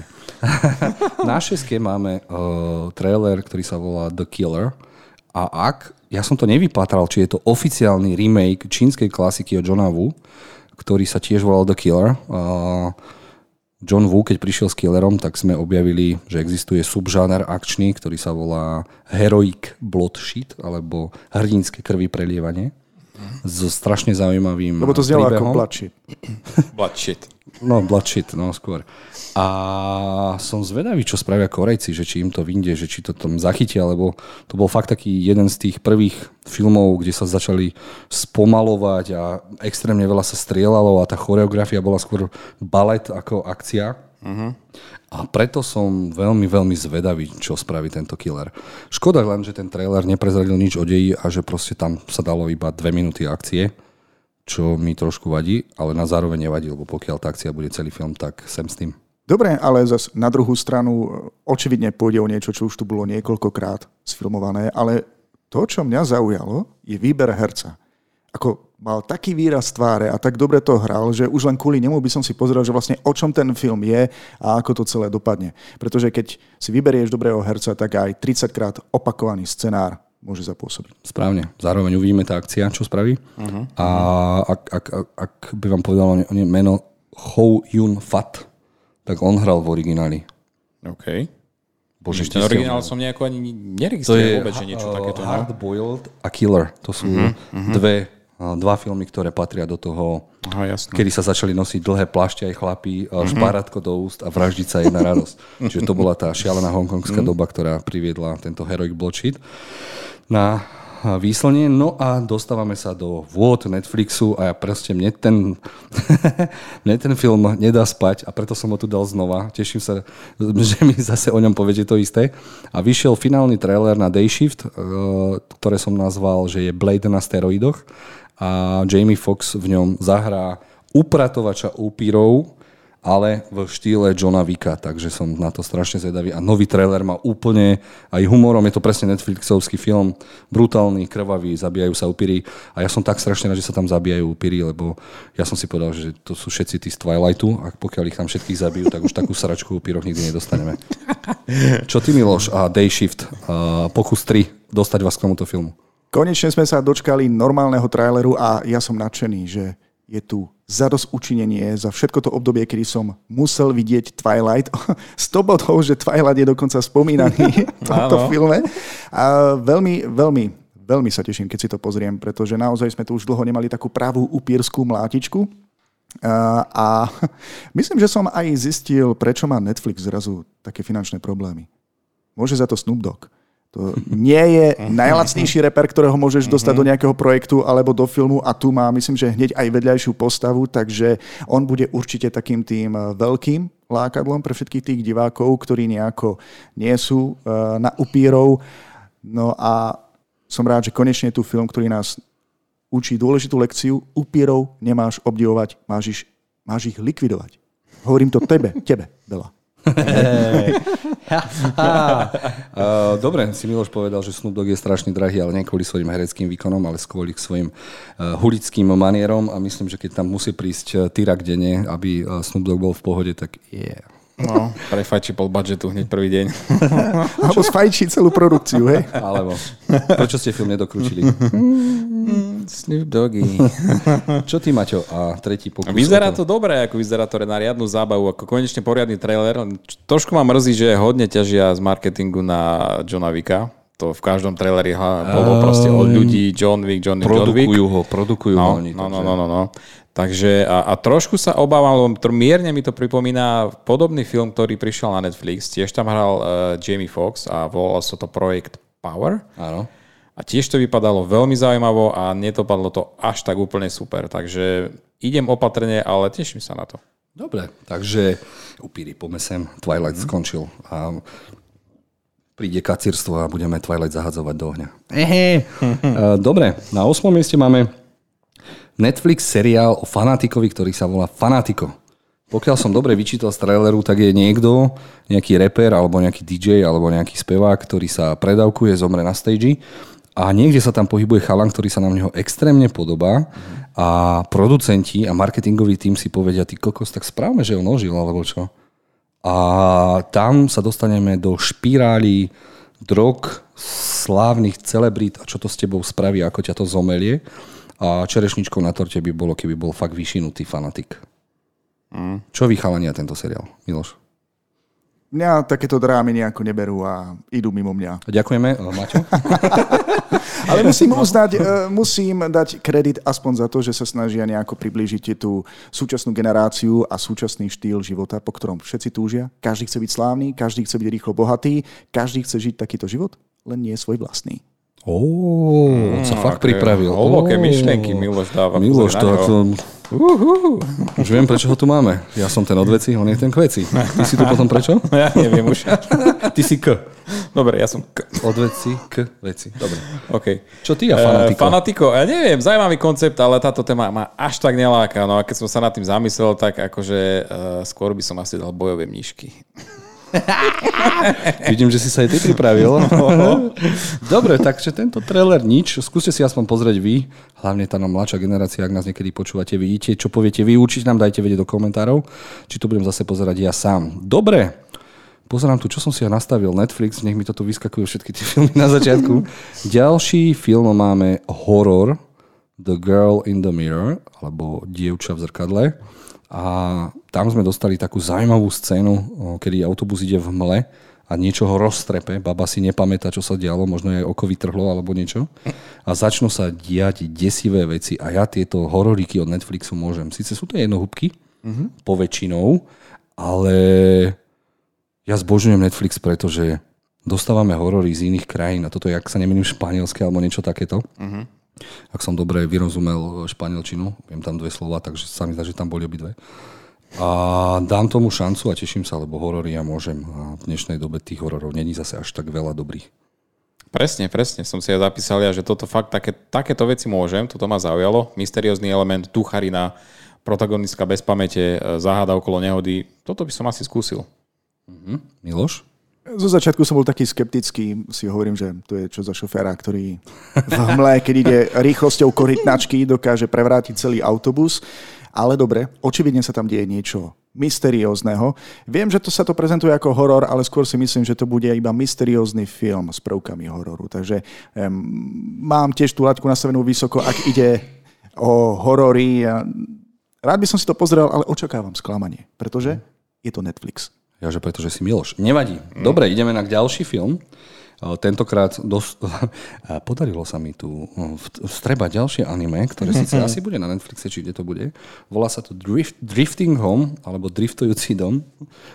Na šeske máme uh, trailer, ktorý sa volá The Killer. A ak... Ja som to nevypátral, či je to oficiálny remake čínskej klasiky od Johna Woo, ktorý sa tiež volal The Killer. Uh, John Woo, keď prišiel s Killerom, tak sme objavili, že existuje subžáner akčný, ktorý sa volá Heroic Bloodshit, alebo hrdinské krvi prelievanie. So strašne zaujímavým Lebo to znelo ako Bloodshit. Bloodshit. No, Bloodshit, no skôr. A som zvedavý, čo spravia Korejci, že či im to vyjde, že či to tam zachytia, lebo to bol fakt taký jeden z tých prvých filmov, kde sa začali spomalovať a extrémne veľa sa strieľalo a tá choreografia bola skôr balet ako akcia. Uh-huh. A preto som veľmi, veľmi zvedavý, čo spraví tento Killer. Škoda len, že ten trailer neprezradil nič o deji a že proste tam sa dalo iba dve minúty akcie, čo mi trošku vadí, ale na zároveň nevadí, lebo pokiaľ tá akcia bude celý film, tak sem s tým. Dobre, ale zas na druhú stranu očividne pôjde o niečo, čo už tu bolo niekoľkokrát sfilmované, ale to, čo mňa zaujalo, je výber herca. Ako mal taký výraz tváre a tak dobre to hral, že už len kvôli nemu by som si pozrel, že vlastne o čom ten film je a ako to celé dopadne. Pretože keď si vyberieš dobrého herca, tak aj tridsaťkrát opakovaný scenár môže zapôsobiť. Správne. Zároveň uvidíme tá akcia, čo spraví. Uh-huh. A ak, ak, ak, ak by vám povedal o ne meno Ho Yun Fat, tak on hral v origináli. OK. Bože, ten originál som nejako ani neregistroval vôbec, že niečo takéto. Hard Boiled a Killer. To sú uh-huh, uh-huh. dve, dva filmy, ktoré patria do toho, Aha, jasné. kedy sa začali nosiť dlhé plášte aj chlapí, uh-huh. špárátko do úst a vraždiť sa jedna radosť. Čiže to bola tá šialená hongkongská uh-huh. doba, ktorá priviedla tento Heroic Bloodshit na výslnie. No a dostávame sa do vôd Netflixu a ja proste mne ten, mne ten film nedá spať a preto som ho tu dal znova. Teším sa, že mi zase o ňom poviete to isté. A vyšiel finálny trailer na Day Shift, ktoré som nazval, že je Blade na steroidoch a Jamie Foxx v ňom zahrá upratovača upírov, ale v štýle Johna Wicka, takže som na to strašne zvedavý. A nový trailer má úplne aj humorom, je to presne Netflixovský film, brutálny, krvavý, zabíjajú sa upíry. A ja som tak strašne rád, že sa tam zabíjajú upíry, lebo ja som si povedal, že to sú všetci tí z Twilightu a pokiaľ ich tam všetkých zabijú, tak už takú sračku upíroch nikdy nedostaneme. Čo ty, Miloš, a Day Shift, a pokus tri, dostať vás k tomuto filmu? Konečne sme sa dočkali normálneho traileru a ja som nadšený, že je tu zadosť učinenie za všetko to obdobie, kedy som musel vidieť Twilight. sto bodov, že Twilight je dokonca spomínaný v tomto filme. A veľmi, veľmi, veľmi sa teším, keď si to pozriem, pretože naozaj sme tu už dlho nemali takú pravú upírskú mlátičku. A, a myslím, že som aj zistil, prečo má Netflix zrazu také finančné problémy. Môže za to Snoop Dogg. To nie je najlacnejší reper, ktorého môžeš dostať do nejakého projektu alebo do filmu a tu má, myslím, že hneď aj vedľajšiu postavu, takže on bude určite takým tým veľkým lákadlom pre všetkých tých divákov, ktorí nejako nie sú na upírov. No a som rád, že konečne je tu film, ktorý nás učí dôležitú lekciu. Upírov nemáš obdivovať, máš ich, máš ich likvidovať. Hovorím to tebe, tebe, Bela. uh, dobre, si Miloš povedal, že Snoop Dogg je strašne drahý, ale nie kvôli svojim hereckým výkonom, ale kvôli svojim uh, hulickým manierom a myslím, že keď tam musí prísť tyrak denne, aby uh, Snoop Dogg bol v pohode, tak yeah. No, prefajčí pol budžetu hneď prvý deň. Alebo sfajčí celú produkciu, hej? Alebo, prečo ste film nedokrútili? Snoop Doggy. Čo ty, Maťo? A tretí pokus? Vyzerá to dobre, ako vyzerá to na riadnu zábavu, ako konečne poriadny trailer. Trošku ma mrzí, že hodne ťažia z marketingu na Johna Wicka. To v každom traileri bolo proste od ľudí John Wick, John Wick, John Wick. Produkujú ho, produkujú no, ho oni. No, no, no, no, no. Takže a, a trošku sa obávam, lebo mierne mi to pripomína podobný film, ktorý prišiel na Netflix. Tiež tam hral uh, Jamie Foxx a volal sa to Projekt Power. Áno. A tiež to vypadalo veľmi zaujímavo a nedopadlo to až tak úplne super. Takže idem opatrne, ale teším sa na to. Dobre, takže upíri, poďme sem. Twilight mm. skončil a príde kacírstvo a budeme Twilight zahadzovať do ohňa. Ehe. Dobre, na ôsmom mieste máme Netflix seriál o fanatikovi, ktorý sa volá Fanatiko. Pokiaľ som dobre vyčítal z traileru, tak je niekto, nejaký rapper, alebo nejaký dý džej, alebo nejaký spevák, ktorý sa predávkuje, zomre na stage a niekde sa tam pohybuje chalan, ktorý sa na neho extrémne podobá a producenti a marketingový tím si povedia, ty kokos, tak správme, že ho nožil, alebo čo? A tam sa dostaneme do špirály drog, slávnych celebrít a čo to s tebou spraví, ako ťa to zomelie. A čerešničkou na torte by bolo, keby bol fakt vyšinutý fanatik. Mm. Čo vy chalania tento seriál, Miloš? Mňa takéto drámy nejako neberú a idú mimo mňa. Ďakujeme, Maťo. Ale musím uznať, musím dať kredit aspoň za to, že sa snažia nejako priblížiť tú súčasnú generáciu a súčasný štýl života, po ktorom všetci túžia. Každý chce byť slávny, každý chce byť rýchlo bohatý, každý chce žiť takýto život, len nie svoj vlastný. Ó, oh, on sa fakt okay. pripravil. Hlboké myšlienky Miloš dáva. Miloš, to, to... Uh-huh. Už viem, prečo ho tu máme. Ja som ten od veci, on je ten k veci. Ty si tu potom prečo? Ja neviem už. Ty si k. Dobre, ja som k. Od veci k veci. Dobre. Okay. Čo ty a Fanatiko? Uh, fanatiko, ja neviem, zaujímavý koncept, ale táto téma ma až tak neláka. No a keď som sa nad tým zamyslel, tak akože uh, skôr by som asi dal bojové mníšky. Vidím, že si sa aj ty pripravil. Dobre, takže tento trailer nič. Skúste si aspoň pozrieť vy, hlavne tá mladšia generácia, ak nás niekedy počúvate, vidíte, čo poviete vy, určite nám dajte vedieť do komentárov, či to budem zase pozerať ja sám. Dobre, pozerám tu, čo som si ja nastavil. Netflix, nech mi toto vyskakujú všetky tie filmy na začiatku. Ďalší film máme horor The Girl in the Mirror, alebo Dievča v zrkadle. A tam sme dostali takú zaujímavú scénu, kedy autobus ide v hmle a niečo ho roztrepe, baba si nepamätá, čo sa dialo, možno jej oko vytrhlo alebo niečo. A začnú sa diať desivé veci a ja tieto hororíky od Netflixu môžem. Sice sú to jednohúbky, mm-hmm. poväčšinou, ale ja zbožňujem Netflix, pretože dostávame horory z iných krajín a toto je, ak sa nemýlim, španielské alebo niečo takéto. Mm-hmm. Ak som dobre vyrozumel španielčinu, viem tam dve slova, takže sa mi zdá, že tam boli obidve. A dám tomu šancu a teším sa, lebo horory ja môžem. A v dnešnej dobe tých hororov není zase až tak veľa dobrých. Presne, presne. Som si ja zapísal, ja, že toto fakt, také, takéto veci môžem, toto ma zaujalo. Mysteriózny element, ducharina, protagonistka bez pamäte, záhada okolo nehody. Toto by som asi skúsil. Mhm. Miloš? Zo začiatku som bol taký skeptický, si hovorím, že to je čo za šoféra, ktorý v hmle, keď ide rýchlosťou korytnačky, dokáže prevrátiť celý autobus. Ale dobre, očividne sa tam deje niečo mysteriózneho. Viem, že to sa to prezentuje ako horor, ale skôr si myslím, že to bude iba mysteriózny film s prvkami hororu. Takže um, mám tiež tú laťku nastavenú vysoko, ak ide o horory. Rád by som si to pozrel, ale očakávam sklamanie, pretože je to Netflix. Jaže pretože si Miloš. Nevadí. Mm. Dobre, ideme na ďalší film. Tentokrát dos- podarilo sa mi tu vstrebať ďalšie anime, ktoré síce asi bude na Netflixe, či kde to bude. Volá sa to Drift, Drifting Home, alebo Driftujúci dom.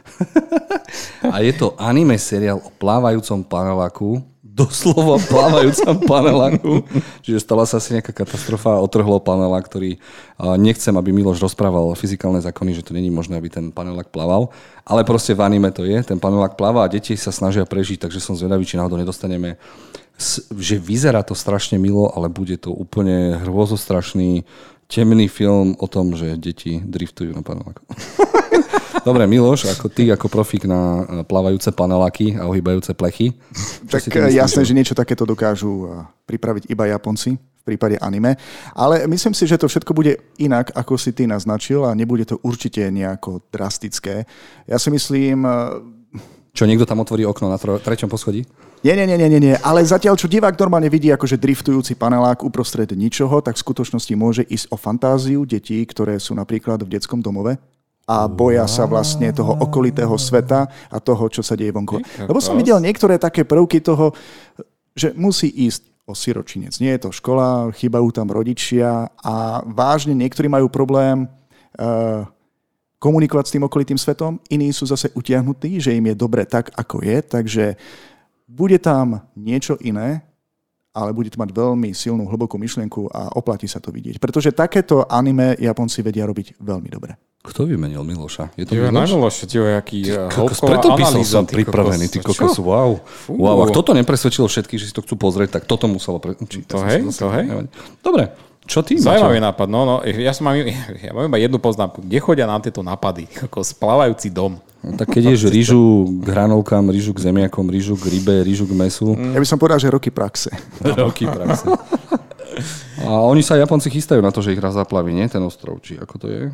A je to anime seriál o plávajúcom paneláku, doslova plávajúcom paneláku. Čiže stala sa asi nejaká katastrofa a otrhlo panelák, ktorý nechcem, aby Miloš rozprával fyzikálne zákony, že to není možné, aby ten panelák plával. Ale proste v anime to je. Ten panelák pláva a deti sa snažia prežiť, takže som zvedavý, či náhodou nedostaneme, že vyzerá to strašne milo, ale bude to úplne hrôzostrašný temný film o tom, že deti driftujú na paneláku. Dobre, Miloš, ako ty, ako profík na plávajúce paneláky a ohýbajúce plechy. Tak jasné, že niečo takéto dokážu pripraviť iba Japonci v prípade anime. Ale myslím si, že to všetko bude inak, ako si ty naznačil a nebude to určite nejako drastické. Ja si myslím... Čo, niekto tam otvorí okno na tro- treťom poschodí? Nie, nie, nie, nie, nie. Ale zatiaľ, čo divák normálne vidí akože driftujúci panelák uprostred ničoho, tak v skutočnosti môže ísť o fantáziu detí, ktoré sú napríklad v detskom domove a boja sa vlastne toho okolitého sveta a toho, čo sa deje vonku. Lebo som videl niektoré také prvky toho, že musí ísť o siročinec. Nie je to škola, chýbajú tam rodičia a vážne niektorí majú problém uh, komunikovať s tým okolitým svetom, iní sú zase utiahnutí, že im je dobre tak, ako je, takže bude tam niečo iné, ale bude to mať veľmi silnú, hlbokú myšlienku a oplatí sa to vidieť. Pretože takéto anime Japonci vedia robiť veľmi dobre. Kto vymenil Miloša? Je to Miloš? Miloš? Miloš, tío, jaký hĺbková preto písal analýza. som pripravený, ty kokos, wow. wow. Ak toto nepresvedčilo všetkých, že si to chcú pozrieť, tak toto muselo pre... Či, to hej, to hej. Dobre, čo ty? Zaujímavý nápad, no, no, ja, som mám, ja mám iba jednu poznámku. Kde chodia nám tieto nápady? Ako splavajúci dom. No, tak keď ješ rýžu k hranolkám, rýžu k zemiakom, rýžu k rybe, rýžu k mesu. Ja by som povedal, že roky praxe. Roky praxe. A oni sa, Japonci, chystajú na to, že ich raz zaplaví, nie? Ten ostrov, či ako to je?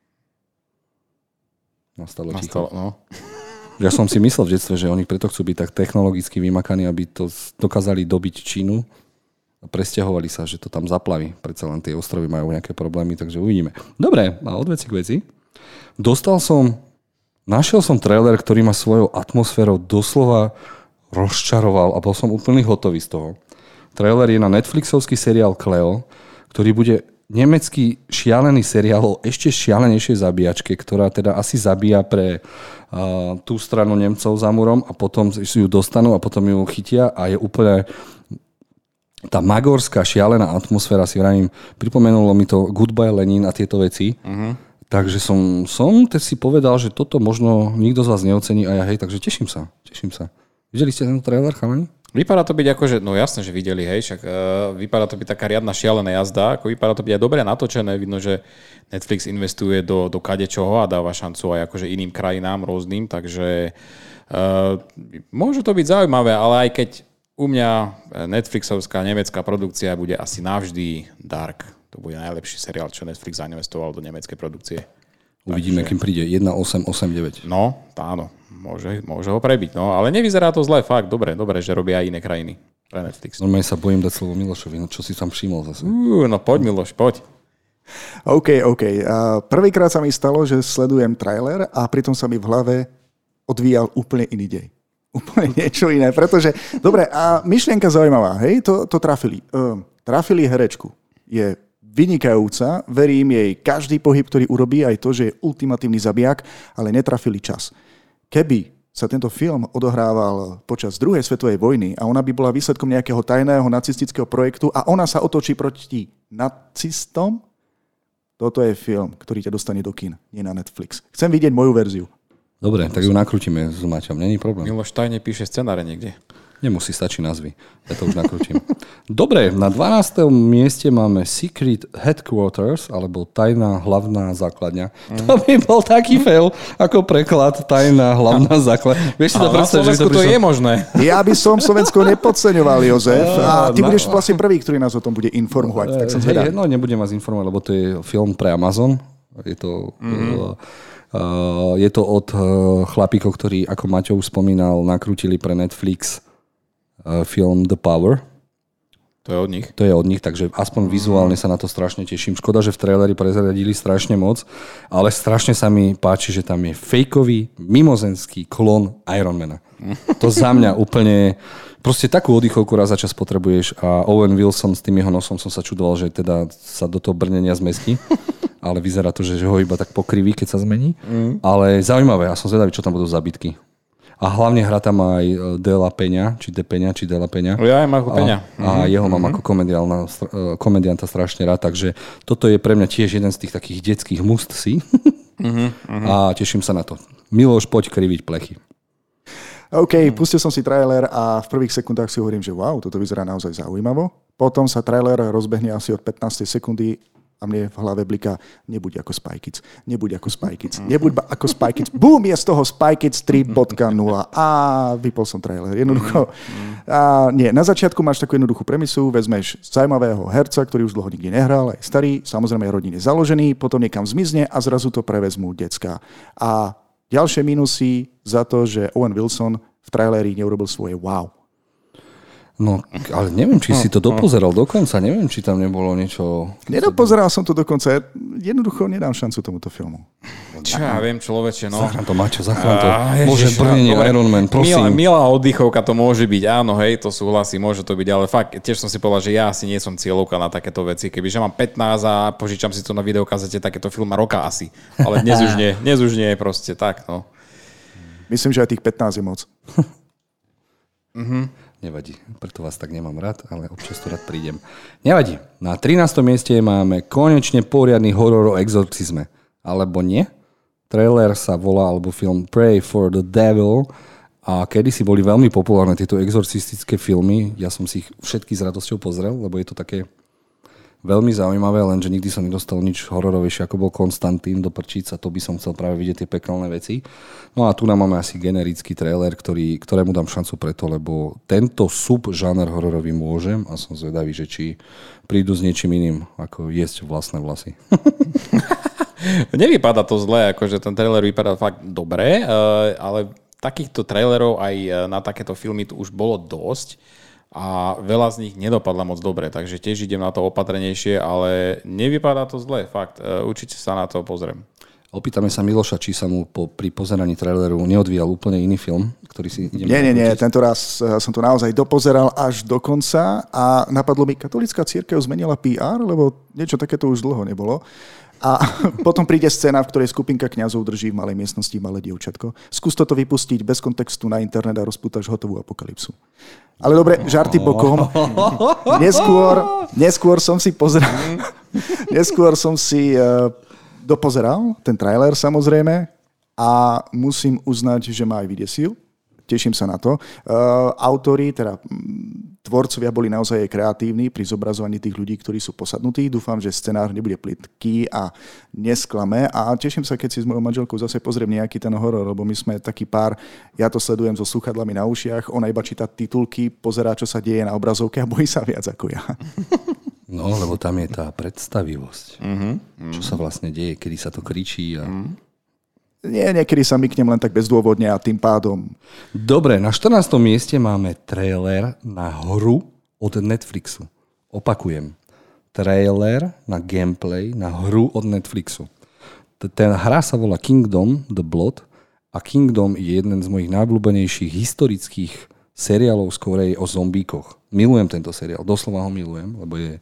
Nastalo ticho. Nastalo, no. Ja som si myslel v detstve, že oni preto chcú byť tak technologicky vymakaní, aby to dokázali dobiť Čínu a presťahovali sa, že to tam zaplaví. Predsa len tie ostrovy majú nejaké problémy, takže uvidíme. Dobre, a od veci k veci. Dostal som, našiel som trailer, ktorý ma svojou atmosférou doslova rozčaroval a bol som úplne hotový z toho. Trailer je na Netflixovský seriál Cleo, ktorý bude nemecký šialený seriál o ešte šialenejšej zabíjačke, ktorá teda asi zabíja pre uh, tú stranu Nemcov za murom a potom si ju dostanú a potom ju chytia a je úplne tá magorská šialená atmosféra, si vravím, pripomenulo mi to Goodbye Lenin a tieto veci. Uh-huh. Takže som, som si povedal, že toto možno nikto z vás neocení a ja hej, takže teším sa, teším sa. Videli ste ten trailer, chalani? Vypadá to byť ako, že, no jasne, že videli, hej, však uh, vypadá to byť taká riadna šialená jazda, ako vypadá to byť aj dobre natočené, vidno, že Netflix investuje do, do kadečoho a dáva šancu aj akože iným krajinám rôznym, takže uh, môže to byť zaujímavé, ale aj keď u mňa Netflixovská nemecká produkcia bude asi navždy Dark. To bude najlepší seriál, čo Netflix zainvestoval do nemeckej produkcie. Uvidíme, takže... kým príde jeden osem osem deväť. No, áno. Môže, môže ho prebiť, no. Ale nevyzerá to zle, fakt. Dobre, dobre, že robia aj iné krajiny pre Netflix. Normálne sa bojím dať slovo Milošovi, no čo si tam všimol zase? Uh, no poď, Miloš, poď. OK, OK. Uh, prvýkrát sa mi stalo, že sledujem trailer a pritom sa mi v hlave odvíjal úplne iný dej. Úplne niečo iné, pretože... Dobre, a myšlienka zaujímavá, hej? To, to trafili. Uh, trafili herečku. Je vynikajúca, verím jej každý pohyb, ktorý urobí, aj to, že je ultimatívny zabijak, ale netrafili čas. Keby sa tento film odohrával počas druhej svetovej vojny a ona by bola výsledkom nejakého tajného nacistického projektu a ona sa otočí proti nacistom, toto je film, ktorý ťa dostane do kín, nie na Netflix. Chcem vidieť moju verziu. Dobre, tak ju nakrútime s Maťom, není problém. Miloš tajne píše scenáre niekde. Nemusí, stačí názvy. Ja to už nakrútim. Dobre, na dvanástom mieste máme Secret Headquarters, alebo tajná hlavná základňa. Mm. To by bol taký fail, ako preklad tajná hlavná základňa. Vieš si to predstaviť, že to, to je možné. Ja by som Slovensko nepodceňoval, Jozef. A ty no. budeš vlastne prvý, ktorý nás o tom bude informovať. Tak som zvedavý. No, nebudem vás informovať, lebo to je film pre Amazon. Je to... Mm. Uh, je to od uh, chlapíkov, ktorí, ako Maťo už spomínal, nakrútili pre Netflix uh, film The Power. To je od nich? To je od nich, takže aspoň mm. vizuálne sa na to strašne teším. Škoda, že v traileri prezradili strašne moc, ale strašne sa mi páči, že tam je fejkový, mimozemský klon Ironmana. Mm. To za mňa úplne... Proste takú oddychovku raz za čas potrebuješ a Owen Wilson s tým jeho nosom som sa čudoval, že teda sa do toho brnenia zmestí. Ale vyzerá to, že ho iba tak pokriví, keď sa zmení. Mm. Ale zaujímavé, a som zvedavý, čo tam budú za bitky. A hlavne hrá tam aj De La Peña, či De Peña, či De La Peña. Ja aj Marko Peňa. A, a jeho mám mm-hmm. ako komedianta strašne rád, takže toto je pre mňa tiež jeden z tých takých detských must-see. mm-hmm. A teším sa na to. Miloš, poď kriviť plechy. OK, mm. pustil som si trailer a v prvých sekundách si hovorím, že wow, toto vyzerá naozaj zaujímavo. Potom sa trailer rozbehne asi od pätnástej sekundy a mne v hlave bliká, nebuď ako Spy Kids, nebuď ako Spy Kids, nebuď ako Spy Kids. Bum, je z toho Spy Kids tri bodka nula a vypol som trailer. Jednoducho. A nie, na začiatku máš takú jednoduchú premisu, vezmeš zaujímavého herca, ktorý už dlho nikde nehral, aj starý, samozrejme je rodine založený, potom niekam zmizne a zrazu to prevezmú decká. A ďalšie minusy za to, že Owen Wilson v traileri neurobil svoje wow. No, ale neviem, či si to dopozeral dokonca, neviem, či tam nebolo niečo... Nedopozeral som to dokonca, jednoducho nedám šancu tomuto filmu. Čo ja viem, človeče, no. Zachrán to, Maťo, zachrán to. Môže brnenie Iron Man, prosím. Milá, milá oddychovka to môže byť, áno, hej, to súhlasí, môže to byť, ale fakt, tiež som si povedal, že ja asi nie som cieľovka na takéto veci. Kebyže mám pätnásť a požičam si to na videokazete, takéto film roka asi. Ale dnes už nie, dnes už nie je proste tak, no. Myslím, že aj tých pätnásť je moc. Mhm. Nevadí, preto vás tak nemám rád, ale občas tu rád prídem. Nevadí, na trinástom mieste máme konečne poriadny horor o exorcizme. Alebo nie? Trailer sa volá, alebo film Pray for the Devil a kedysi boli veľmi populárne tieto exorcistické filmy. Ja som si ich všetky s radosťou pozrel, lebo je to také veľmi zaujímavé, lenže nikdy som nedostal nič hororovejšie, ako bol Konstantín do prčíc a to by som chcel práve vidieť tie pekelné veci. No a tu nám máme asi generický trailer, ktorý, ktorému dám šancu preto, lebo tento subžáner hororový môžem a som zvedavý, že či prídu s niečím iným, ako jesť vlastné vlasy. Nevypadá to zle, akože ten trailer vypadá fakt dobre, ale takýchto trailerov aj na takéto filmy tu už bolo dosť. A veľa z nich nedopadla moc dobre, takže tiež idem na to opatrnejšie, ale nevypadá to zle, fakt. Určite sa na to pozriem. Opýtame sa Miloša, či sa mu po, pri pozeraní traileru neodvíjal úplne iný film, ktorý si ideme... Nie, nie, nie, tento raz som to naozaj dopozeral až do konca a napadlo mi, katolícka cirkev zmenila pé er, lebo niečo takéto už dlho nebolo. A potom príde scéna, v ktorej skupinka kňazov drží v malej miestnosti malé dievčatko. Skús toto vypustiť bez kontextu na internet a rozpútaš hotovú apokalypsu. Ale dobre, žarty bokom. Neskôr, neskôr som si pozeral, neskôr som si uh, dopozeral ten trailer samozrejme a musím uznať, že ma aj vydesil. Teším sa na to. Uh, autori, teda tvorcovia boli naozaj kreatívni pri zobrazovaní tých ľudí, ktorí sú posadnutí. Dúfam, že scenár nebude plytký a nesklame. A teším sa, keď si s mojou manželkou zase pozriem nejaký ten horor, lebo my sme taký pár, ja to sledujem so slúchadlami na ušiach, ona iba číta titulky, pozerá, čo sa deje na obrazovke a bojí sa viac ako ja. No, lebo tam je tá predstavivosť. Mm-hmm. Čo sa vlastne deje, kedy sa to kričí a... Mm-hmm. Nie, niekedy sa myknem len tak bezdôvodne a tým pádom... Dobre, na štrnástom mieste máme trailer na hru od Netflixu. Opakujem. Trailer na gameplay na hru od Netflixu. Ten hra sa volá Kingdom The Blood a Kingdom je jeden z mojich najobľúbenejších historických seriálov z Korei o zombíkoch. Milujem tento seriál, doslova ho milujem, lebo je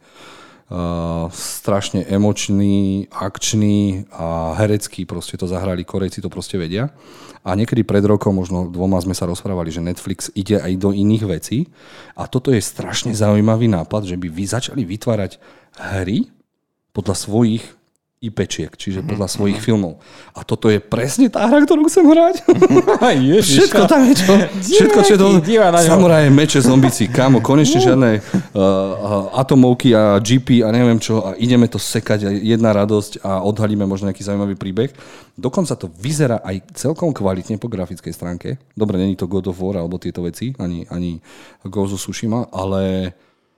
Uh, strašne emočný, akčný a herecký, proste to zahrali, Korejci to proste vedia. A niekedy pred rokom, možno dvoma sme sa rozprávali, že Netflix ide aj do iných vecí a toto je strašne zaujímavý nápad, že by vy začali vytvárať hry podľa svojich IPčiek, čiže podľa svojich mm-hmm. filmov. A toto je presne tá hra, ktorú chcem hrať. Ježiš, všetko tam je čo. Všetko, čo je to... Samuraje, meče, zombici, kámo, konečne žiadne uh, uh, atomovky a G P a neviem čo a ideme to sekať, jedna radosť a odhalíme možno nejaký zaujímavý príbeh. Dokonca to vyzerá aj celkom kvalitne po grafickej stránke. Dobre, není to God of War alebo tieto veci, ani, ani Ghost of Tsushima, ale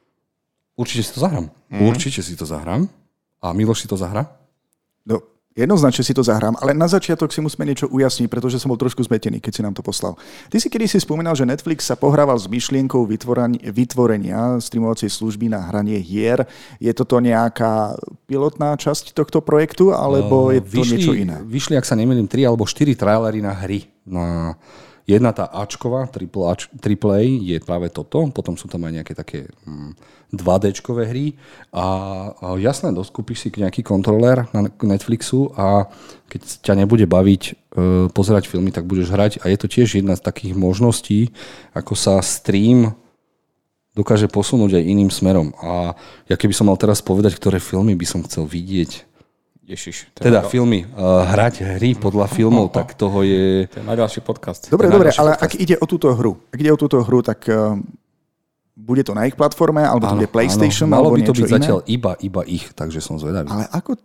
určite si to zahrám. Mm. Určite si to zahrám. A Miloš si to zahrá? No, jednoznačne si to zahrám, ale na začiatok si musíme niečo ujasniť, pretože som bol trošku zmetený, keď si nám to poslal. Ty si kedysi spomínal, že Netflix sa pohrával s myšlienkou vytvorenia streamovacej služby na hranie hier. Je toto nejaká pilotná časť tohto projektu, alebo je to vyšli, niečo iné? Vyšli, ak sa nemýlim, tri alebo štyri trailery na hry. Na... Jedna tá Ačková, triple A je práve toto, potom sú tam aj nejaké také hm, dva déčkové hry a, a jasné, doskúpiš si nejaký kontroler na Netflixu a keď ťa nebude baviť e, pozerať filmy, tak budeš hrať a je to tiež jedna z takých možností, ako sa stream dokáže posunúť aj iným smerom. A ja keby som mal teraz povedať, ktoré filmy by som chcel vidieť, Ježiš. Teda to... filmy. Uh, hrať hry podľa filmov, tak toho je... To je na ďalší podcast. Dobre, dobre, ale podcast. Ak ide o túto hru, ak ide o túto hru, tak uh, bude to na ich platforme, alebo to áno, bude PlayStation, áno. Malo alebo by to niečo byť iné? zatiaľ iba, iba ich, takže som zvedavý. Ale ako...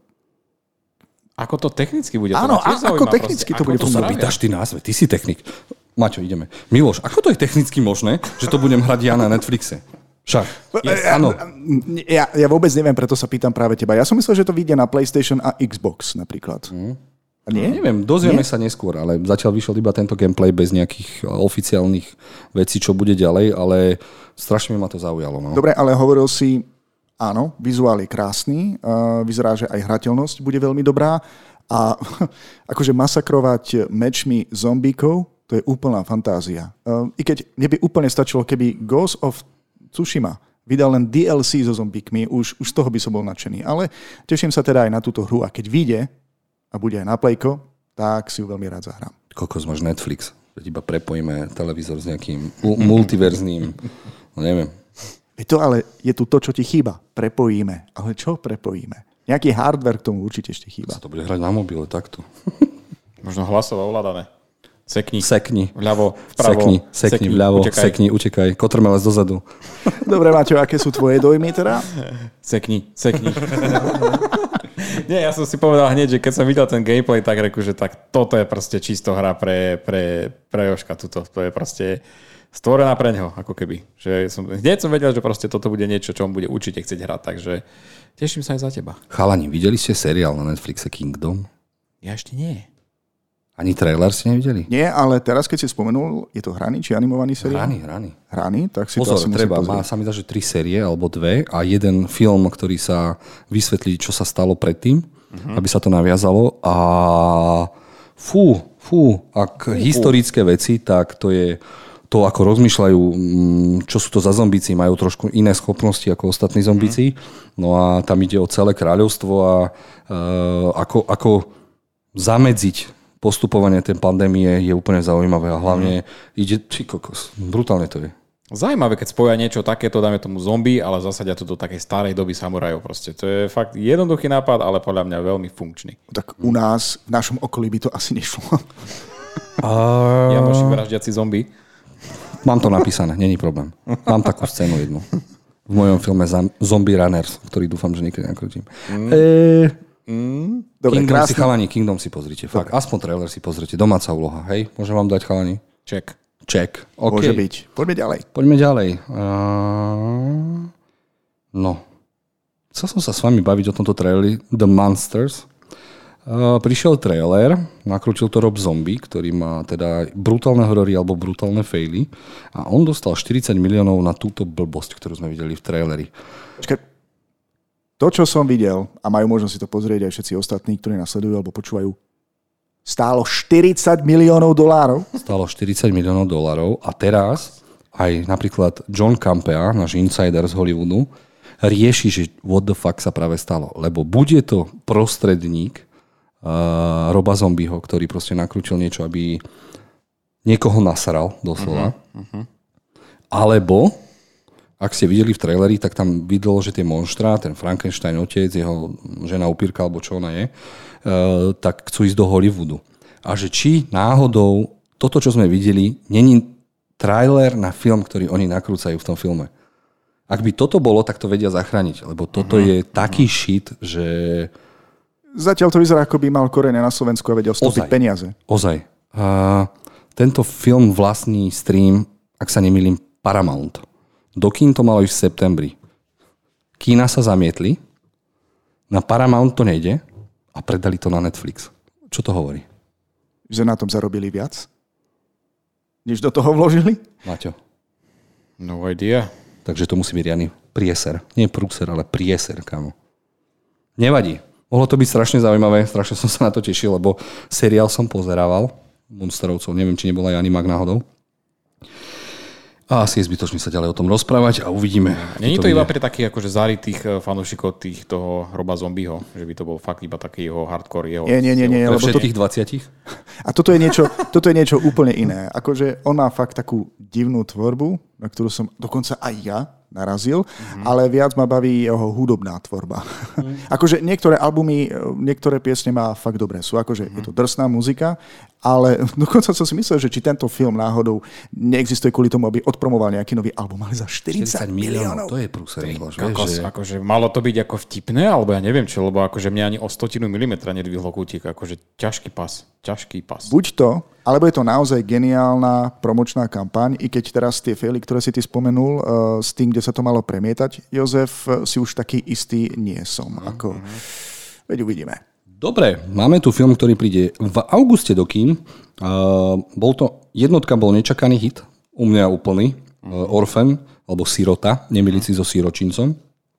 Ako to technicky bude? Áno, to ma tiež a- ako zaujíma technicky proste. to bude Ako To sa fungovať? pýtaš ty názve, ty si technik. Maťo, ideme. Miloš, ako to je technicky možné, že to budem hrať ja na Netflixe? Však. Yes, áno. Ja, ja vôbec neviem, preto sa pýtam práve teba. Ja som myslel, že to vyjde na PlayStation a Xbox napríklad. Mm. A nie? Neviem, dozvieme sa neskôr, ale zatiaľ vyšiel iba tento gameplay bez nejakých oficiálnych vecí, čo bude ďalej, ale strašne ma to zaujalo. No. Dobre, ale hovoril si, áno, vizuál je krásny, uh, vyzerá, že aj hrateľnosť bude veľmi dobrá a akože masakrovať mečmi zombíkov, to je úplná fantázia. Uh, I keď mne by úplne stačilo, keby Ghost of Tsushima vydal len dé el cé so zombíkmi, už, už z toho by som bol nadšený. Ale teším sa teda aj na túto hru a keď vyjde a bude aj na Playko, tak si ju veľmi rád zahrám. Kokos, máš Netflix. Veď iba prepojíme televízor s nejakým multiverzným, no neviem. Je to ale, je tu to, čo ti chýba. Prepojíme. Ale čo prepojíme? Nejaký hardware k tomu určite ešte chýba. Sa to bude hrať na mobile, takto. Možno hlasovo ovládané. Sekni. Sekni. Vľavo, vpravo. Sekni, sekni, vľavo, utekaj. sekni, utekaj. Kotrmelec dozadu. Dobre, Maťo, aké sú tvoje dojmy teda? Sekni, sekni. Nie, ja som si povedal hneď, že keď som videl ten gameplay, tak reku, že tak toto je proste čisto hra pre, pre, pre Jožka. Tuto. To je proste stvorená pre ňoho, ako keby. Že som, hneď som vedel, že proste toto bude niečo, čo on bude určite chcieť hrať. Takže teším sa aj za teba. Chalani, videli ste seriál na Netflixe Kingdom? Ja ešte nie. Ani trailer ste nevideli? Nie, ale teraz, keď si spomenul, je to hraný či animovaný seriál? Hraný, hraný. Hraný? Tak si Pozor, to asi musím treba, pozrieť. má sa mi dá, že tri série alebo dve a jeden film, ktorý sa vysvetlí, čo sa stalo predtým, uh-huh. aby sa to naviazalo a fú, fú, ak fú, historické fú. veci, tak to je to, ako rozmýšľajú, čo sú to za zombíci, majú trošku iné schopnosti ako ostatní zombíci, uh-huh. no a tam ide o celé kráľovstvo a uh, ako, ako zamedziť postupovanie tej pandémie je úplne zaujímavé a hlavne mm. ide, či kokos, brutálne to je. Zaujímavé, keď spoja niečo takéto, dáme tomu zombie, ale zasadia to do takej starej doby samurajov proste. To je fakt jednoduchý nápad, ale podľa mňa veľmi funkčný. Tak u nás, v našom okolí by to asi nešlo. A... Ja môžem vraždiaci zombie. Mám to napísané, není problém. Mám takú scénu jednu. V mojom filme Zombie Runners, ktorý dúfam, že niekedy nakrutím. Mm. E... Mm. Dobre, Kingdom krásne. si, chalani, Kingdom si pozrite. Fakt, aspoň trailer si pozrite. Domáca úloha, hej? Môžem vám dať, chalani? Check. Check. Okay. Môže byť. Poďme ďalej. Poďme ďalej. Uh... No. Chcel som sa s vami baviť o tomto traileri The Monsters. Uh, prišiel trailer, nakrútil to Rob Zombie, ktorý má teda brutálne horory alebo brutálne faily a on dostal štyridsať miliónov na túto blbosť, ktorú sme videli v traileri. Počkaj. To, čo som videl, a majú možnosť si to pozrieť aj všetci ostatní, ktorí nás sledujú alebo počúvajú, stálo štyridsať miliónov dolárov. Stálo štyridsať miliónov dolárov a teraz aj napríklad John Campea, náš insider z Hollywoodu, rieši, že what the fuck sa práve stalo. Lebo bude to prostredník uh, Roba Zombieho, ktorý proste nakrútil niečo, aby niekoho nasaral doslova. Uh-huh, uh-huh. Alebo ak ste videli v traileri, tak tam videlo, že tie monštra, ten Frankenstein otec, jeho žena upírka, alebo čo ona je, uh, tak chcú ísť do Hollywoodu. A že či náhodou toto, čo sme videli, není trailer na film, ktorý oni nakrúcajú v tom filme. Ak by toto bolo, tak to vedia zachrániť, lebo toto uh-huh. je taký shit, že... Zatiaľ to vyzerá, ako by mal korene na Slovensku a vedel vstúpiť peniaze. Ozaj. Uh, tento film vlastní stream, ak sa nemýlim, Paramount. Do kín to malo ísť v septembri. Kína sa zamietli, na Paramount to nejde a predali to na Netflix. Čo to hovorí? Že na tom zarobili viac? Než do toho vložili? Maťo. No idea. Takže to musí byť riadny prieser. Nie prúser, ale prieser, kamo. Nevadí. Mohlo to byť strašne zaujímavé, strašne som sa na to tešil, lebo seriál som pozerával, Monsterovcov, neviem, či nebol aj Animák náhodou. A asi je zbytočný sa ďalej o tom rozprávať a uvidíme. Není to, to iba pre takých akože záritých fanúšikov tých toho Roba Zombieho, že by to bol fakt iba taký jeho hardcore, jeho... Nie, nie, nie, nie. Pre lebo všetkých to... dvadsiatich? A toto je, niečo, toto je niečo úplne iné. Akože on má fakt takú divnú tvorbu, na ktorú som dokonca aj ja narazil, mm-hmm. ale viac ma baví jeho hudobná tvorba. Mm. Akože niektoré albumy, niektoré piesne má fakt dobré. Sú akože, mm-hmm. je to drsná muzika, ale dokonca som si myslel, že či tento film náhodou neexistuje kvôli tomu, aby odpromoval nejaký nový album, ale za štyridsať miliónov. To je prúser. Že... Akože malo to byť ako vtipné, alebo ja neviem čo, lebo akože mňa ani o stotinu milimetra nedvihlo kútik. Akože ťažký pas. Ťažký pas. Buď to, alebo je to naozaj geniálna promočná kampaň, i keď teraz tie faily, ktoré si ty spomenul, uh, s tým, kde sa to malo premietať, Jozef, si už taký istý nie som. Ako... Veď uvidíme. Dobre, máme tu film, ktorý príde v auguste do kín. Uh, bol to, jednotka bol nečakaný hit, u mňa úplný, uh, Orphan, alebo Sirota, nemýliť si so Siročincom.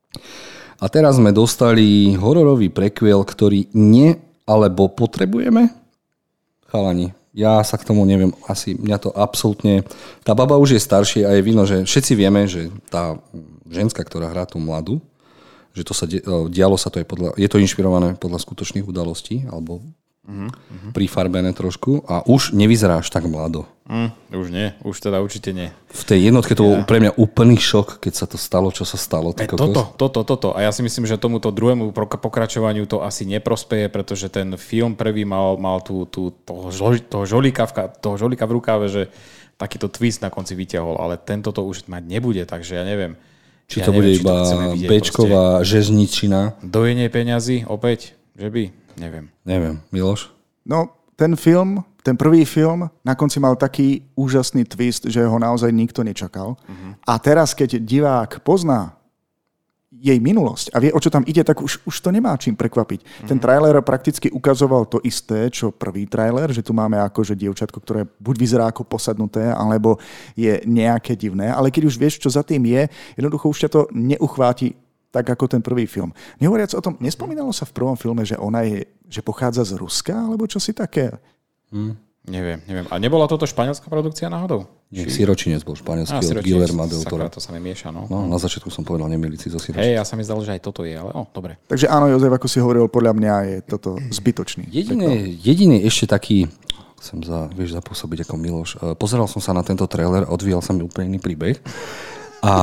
A teraz sme dostali hororový prequel, ktorý nie, alebo potrebujeme? Chalani, ja sa k tomu neviem, asi mňa to absolútne... Tá baba už je staršia a je vidno, že všetci vieme, že tá ženská, ktorá hrá tú mladú, že to sa dialo sa to aj podľa, je to inšpirované podľa skutočných udalostí, alebo mm-hmm. prifarbené trošku a už nevyzerá až tak mlado. Mm, už nie, už teda určite nie. V tej jednotke to ja. bol pre mňa úplný šok, keď sa to stalo, čo sa stalo. E, toto, toto, toto. A ja si myslím, že tomuto druhému pokračovaniu to asi neprospeje, pretože ten film prvý mal, mal tú, tú, toho, žoli, toho, žolíka v, toho žolíka v rukáve, že takýto twist na konci vyťahol, ale tento to už mať nebude, takže ja neviem. Či ja to neviem, bude iba béčková žezničina. Dojenie peňazí opäť? Že by? Neviem. Neviem. Miloš? No, ten film, ten prvý film na konci mal taký úžasný twist, že ho naozaj nikto nečakal. Uh-huh. A teraz, keď divák pozná jej minulosť a vie, o čo tam ide, tak už, už to nemá čím prekvapiť. Uh-huh. Ten trailer prakticky ukazoval to isté, čo prvý trailer, že tu máme akože dievčatko, ktoré buď vyzerá ako posadnuté, alebo je nejaké divné, ale keď už vieš, čo za tým je, jednoducho už ťa to neuchváti tak ako ten prvý film. Nehovoriac o tom, nespomínalo sa v prvom filme, že ona je, že pochádza z Ruska, alebo čo si také? Hmm. Neviem, neviem. A nebola toto španielská produkcia náhodou? Nie, Či... Siročinec bol španielský od Guillerma del Toro. To sa mi mieša, no. No, na začiatku som povedal nemýliť si so Siročincom. Hej, ja sa mi zdalo, že aj toto je, ale o, dobre. Takže áno, Jozef, ako si hovoril, podľa mňa je toto zbytočný. Jediné, jediný ešte taký, chcem za, vieš, zapôsobiť ako Miloš, pozeral som sa na tento trailer, odvíjal sa mi úplne iný príbeh. A,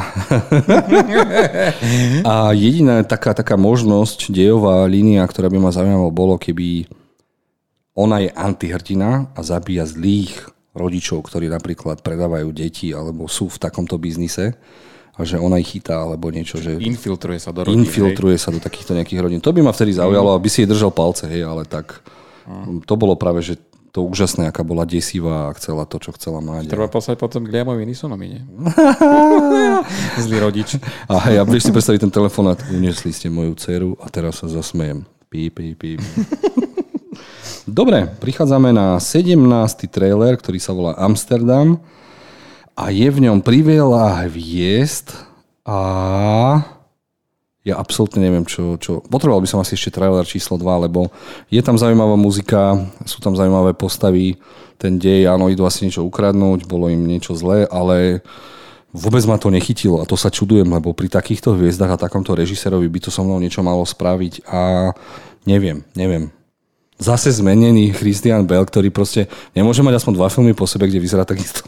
a jediná taká, taká možnosť, dejová línia, ktorá by ma zaujímala, bolo, keby ona je antihrdina a zabíja zlých rodičov, ktorí napríklad predávajú deti alebo sú v takomto biznise a že ona ich chytá alebo niečo. Že infiltruje sa do rodín. Infiltruje hej. sa do takýchto nejakých rodín. To by ma vtedy zaujalo, aby si jej držal palce, hej, ale tak mm. to bolo práve, že to úžasné, aká bola desivá a chcela to, čo chcela mať. Treba poslať potom k Liamovi Neesonovi, nie? Zlý rodič. A hej, a budeš si predstaviť ten telefonát, uniesli ste moju dceru a teraz sa zasmejem. Pí, pí, pí. Dobre, prichádzame na sedemnásty trailer, ktorý sa volá Amsterdam a je v ňom priveľa hviezd a ja absolútne neviem, čo, čo... Potreboval by som asi ešte trailer číslo dva, lebo je tam zaujímavá muzika, sú tam zaujímavé postavy, ten dej, áno, idú asi niečo ukradnúť, bolo im niečo zlé, ale vôbec ma to nechytilo a to sa čudujem, lebo pri takýchto hviezdach a takomto režisérovi by to so mnou niečo malo spraviť a neviem, neviem. Zase zmenený Christian Bale, ktorý proste nemôže mať aspoň dva filmy po sebe, kde vyzerá takisto.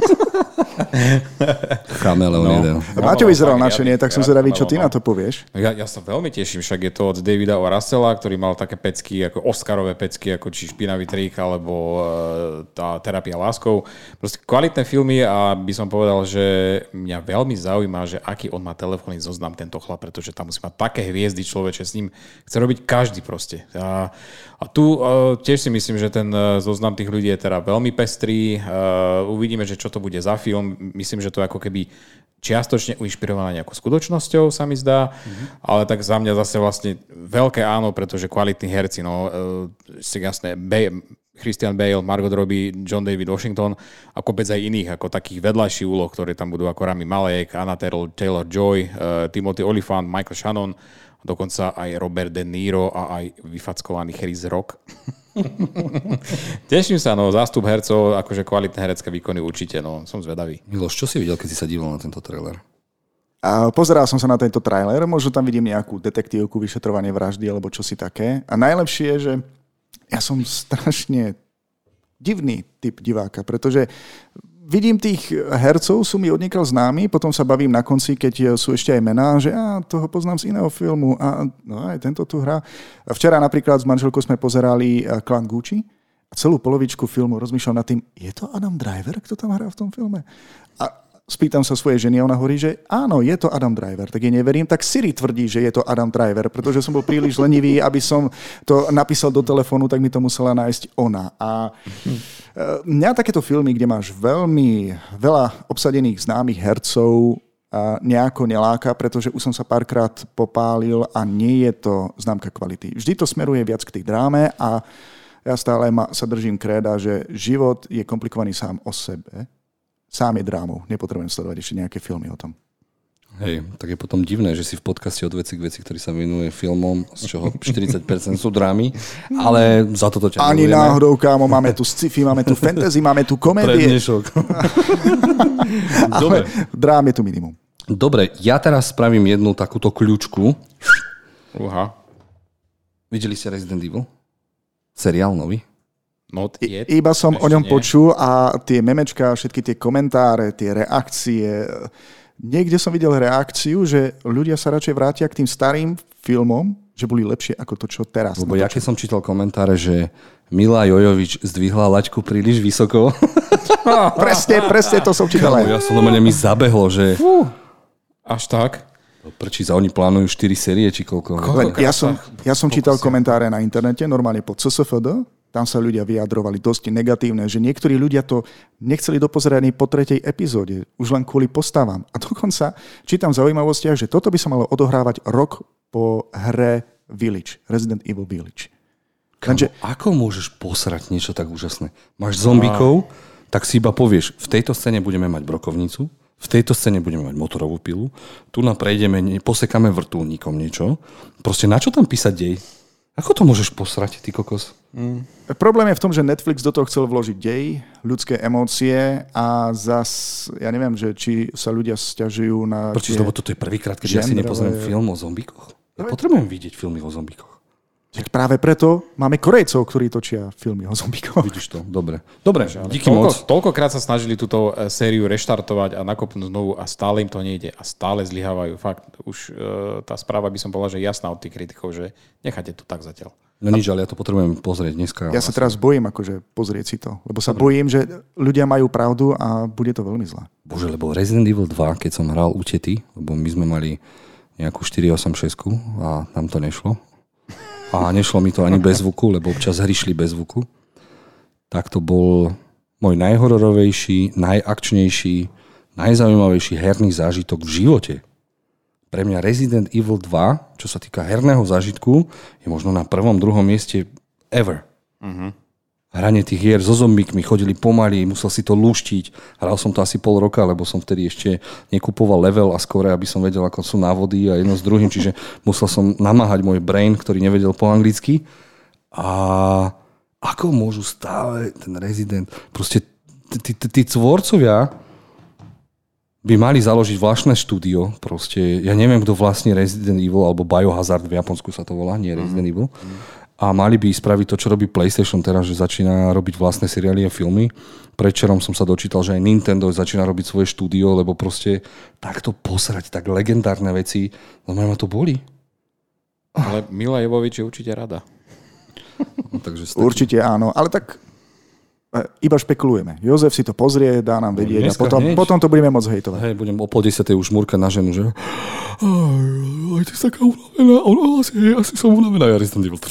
Chameleon no. jeden. Maťo vyzeral nadšenie, tak som zvedavý, čo ty na to povieš. Ja, ja sa veľmi teším, však je to od Davida O. Russella, ktorý mal také pecky, ako Oscarové pecky, ako či Špinavý trik, alebo uh, tá Terapia láskou. Proste kvalitné filmy a by som povedal, že mňa veľmi zaujíma, že aký on má telefónny zoznam tento chlap, pretože tam musí mať také hviezdy človeče, s ním chce robiť každý proste. A, a tu uh, tiež si myslím, že ten uh, zoznam tých ľudí je teda veľmi pestrý. Uh, uvidíme, že čo to bude za film. Myslím, že to je ako keby čiastočne uinšpirované nejakou skutočnosťou, sa mi zdá, mm-hmm. ale tak za mňa zase vlastne veľké áno, pretože kvalitní herci, no, si jasné, Bale, Christian Bale, Margot Robbie, John David Washington a kopec aj iných, ako takých vedľajších úloh, ktoré tam budú ako Rami Malek, Anna Taylor-Joy, uh, Timothy Olyphant, Michael Shannon, dokonca aj Robert De Niro a aj vyfackovaný Chris Rock. Teším sa, no, zástup hercov, akože kvalitné herecké výkony určite, no, som zvedavý. Miloš, čo si videl, keď si sa díval na tento trailer? A pozeral som sa na tento trailer, možno tam vidím nejakú detektívku, vyšetrovanie vraždy alebo čosi také. A najlepšie je, že ja som strašne divný typ diváka, pretože vidím tých hercov, sú mi odniekal známi, potom sa bavím na konci, keď sú ešte aj mená, že á, toho poznám z iného filmu a no aj tento tu hrá. Včera napríklad s manželkou sme pozerali Klan Gucci A celú polovičku filmu rozmýšľam nad tým, je to Adam Driver, kto tam hrá v tom filme? A spýtam sa svojej ženy a ona hovorí, že áno, je to Adam Driver. Tak jej neverím, tak Siri tvrdí, že je to Adam Driver, pretože som bol príliš lenivý, aby som to napísal do telefónu, tak mi to musela nájsť ona. A mňa takéto filmy, kde máš veľmi veľa obsadených známych hercov, a nejako neláka, pretože už som sa párkrát popálil a nie je to známka kvality. Vždy to smeruje viac k tej dráme a ja stále ma, sa držím kréda, že život je komplikovaný sám o sebe. Sám je drámou. Nepotrebujem sledovať ešte nejaké filmy o tom. Hej, tak je potom divné, že si v podcaste od veci k veci, ktorý sa venuje filmom, z čoho štyridsať percent sú drámy, ale za toto ťa Ani milujeme. náhodou, kámo, máme tu sci-fi, máme tu fantasy, máme tu komédie. Prednešok. Ale drám je tu minimum. Dobre, ja teraz spravím jednu takúto kľúčku. Uha. Videli ste Resident Evil? Seriál nový? Not yet. Iba som Ešte o ňom nie. počul a tie memečka, všetky tie komentáre, tie reakcie. Niekde som videl reakciu, že ľudia sa radšej vrátia k tým starým filmom, že boli lepšie ako to, čo teraz. Lebo ja keď som čítal komentáre, že Mila Jojovič zdvihla laťku príliš vysoko. Presne, presne to som čítal. Ja som normálne mi zabehlo, že Fú, až tak? prečí za oni plánujú štyri série, či koľko. Len ja som, ja som čítal komentáre na internete, normálne po C S F D, tam sa ľudia vyjadrovali dosť negatívne, že niektorí ľudia to nechceli dopozerať ani po tretej epizóde, už len kvôli postavám. A dokonca čítam v zaujímavostiach, že toto by sa malo odohrávať rok po hre Village, Resident Evil Village. Lenže... Ako môžeš posrať niečo tak úžasné? Máš zombikov, tak si iba povieš, v tejto scéne budeme mať brokovnicu, v tejto scéne budeme mať motorovú pilu, tu nám prejdeme, posekáme vrtuľníkom niečo. Proste na čo tam písať dej? Ako to môžeš posrať, ty kokos? Mm. Problém je v tom, že Netflix do toho chcel vložiť dej, ľudské emócie a zas, ja neviem, že či sa ľudia sťažujú na... Prečo? Lebo toto je prvýkrát, keď ja si nepozriem film o zombikoch. Ja potrebujem vidieť filmy o zombikoch. Tak práve preto máme Korejcov, ktorí točia filmy o zombikoch. Vidíš to, dobre. Dobre, díky Toľko, moc. toľkokrát sa snažili túto sériu reštartovať a nakopnúť znovu a stále im to nejde a stále zlyhávajú. Fakt, už e, tá správa by som povedal, že jasná od tých kritikov, že nechajte to tak zatiaľ. No nič, ale ja to potrebujem pozrieť dneska. Ja sa teraz bojím akože pozrieť si to, lebo sa bojím, že ľudia majú pravdu a bude to veľmi zlé. Bože, lebo Resident Evil dva, keď som hral u tety, lebo my sme mali nejakú štyri osem šesť a tam to nešlo. A nešlo mi to ani bez zvuku, lebo občas hry šli bez zvuku. Tak to bol môj najhororovejší, najakčnejší, najzaujímavejší herný zážitok v živote. Pre mňa Resident Evil dva, čo sa týka herného zážitku, je možno na prvom, druhom mieste ever. Uh-huh. Hranie tých hier so zombíkmi, chodili pomaly, musel si to lúštiť. Hral som to asi pol roka, lebo som vtedy ešte nekupoval level a skore, aby som vedel, ako sú návody a jedno s druhým, čiže musel som namáhať môj brain, ktorý nevedel po anglicky. A ako môžu stále ten Resident... Proste tí tvorcovia by mali založiť vlastné štúdio. Proste, ja neviem, kto vlastní Resident Evil, alebo Biohazard v Japonsku sa to volá, nie Resident mm. Evil. A mali by spraviť to, čo robí PlayStation teraz, že začína robiť vlastné seriály a filmy. Predčerom som sa dočítal, že aj Nintendo začína robiť svoje štúdio, lebo proste takto posrať, tak legendárne veci, no ma to boli. Ale Mila Jovovič je určite rada. No, takže určite áno, ale tak iba špekulujeme. Jozef si to pozrie, dá nám vedieť a potom, potom to budeme môcť hejtovať. Hej, budem o pol desiatej už murkať na ženu, že aj ty si taká unavená, ono asi, asi som unavená. Ja som divil.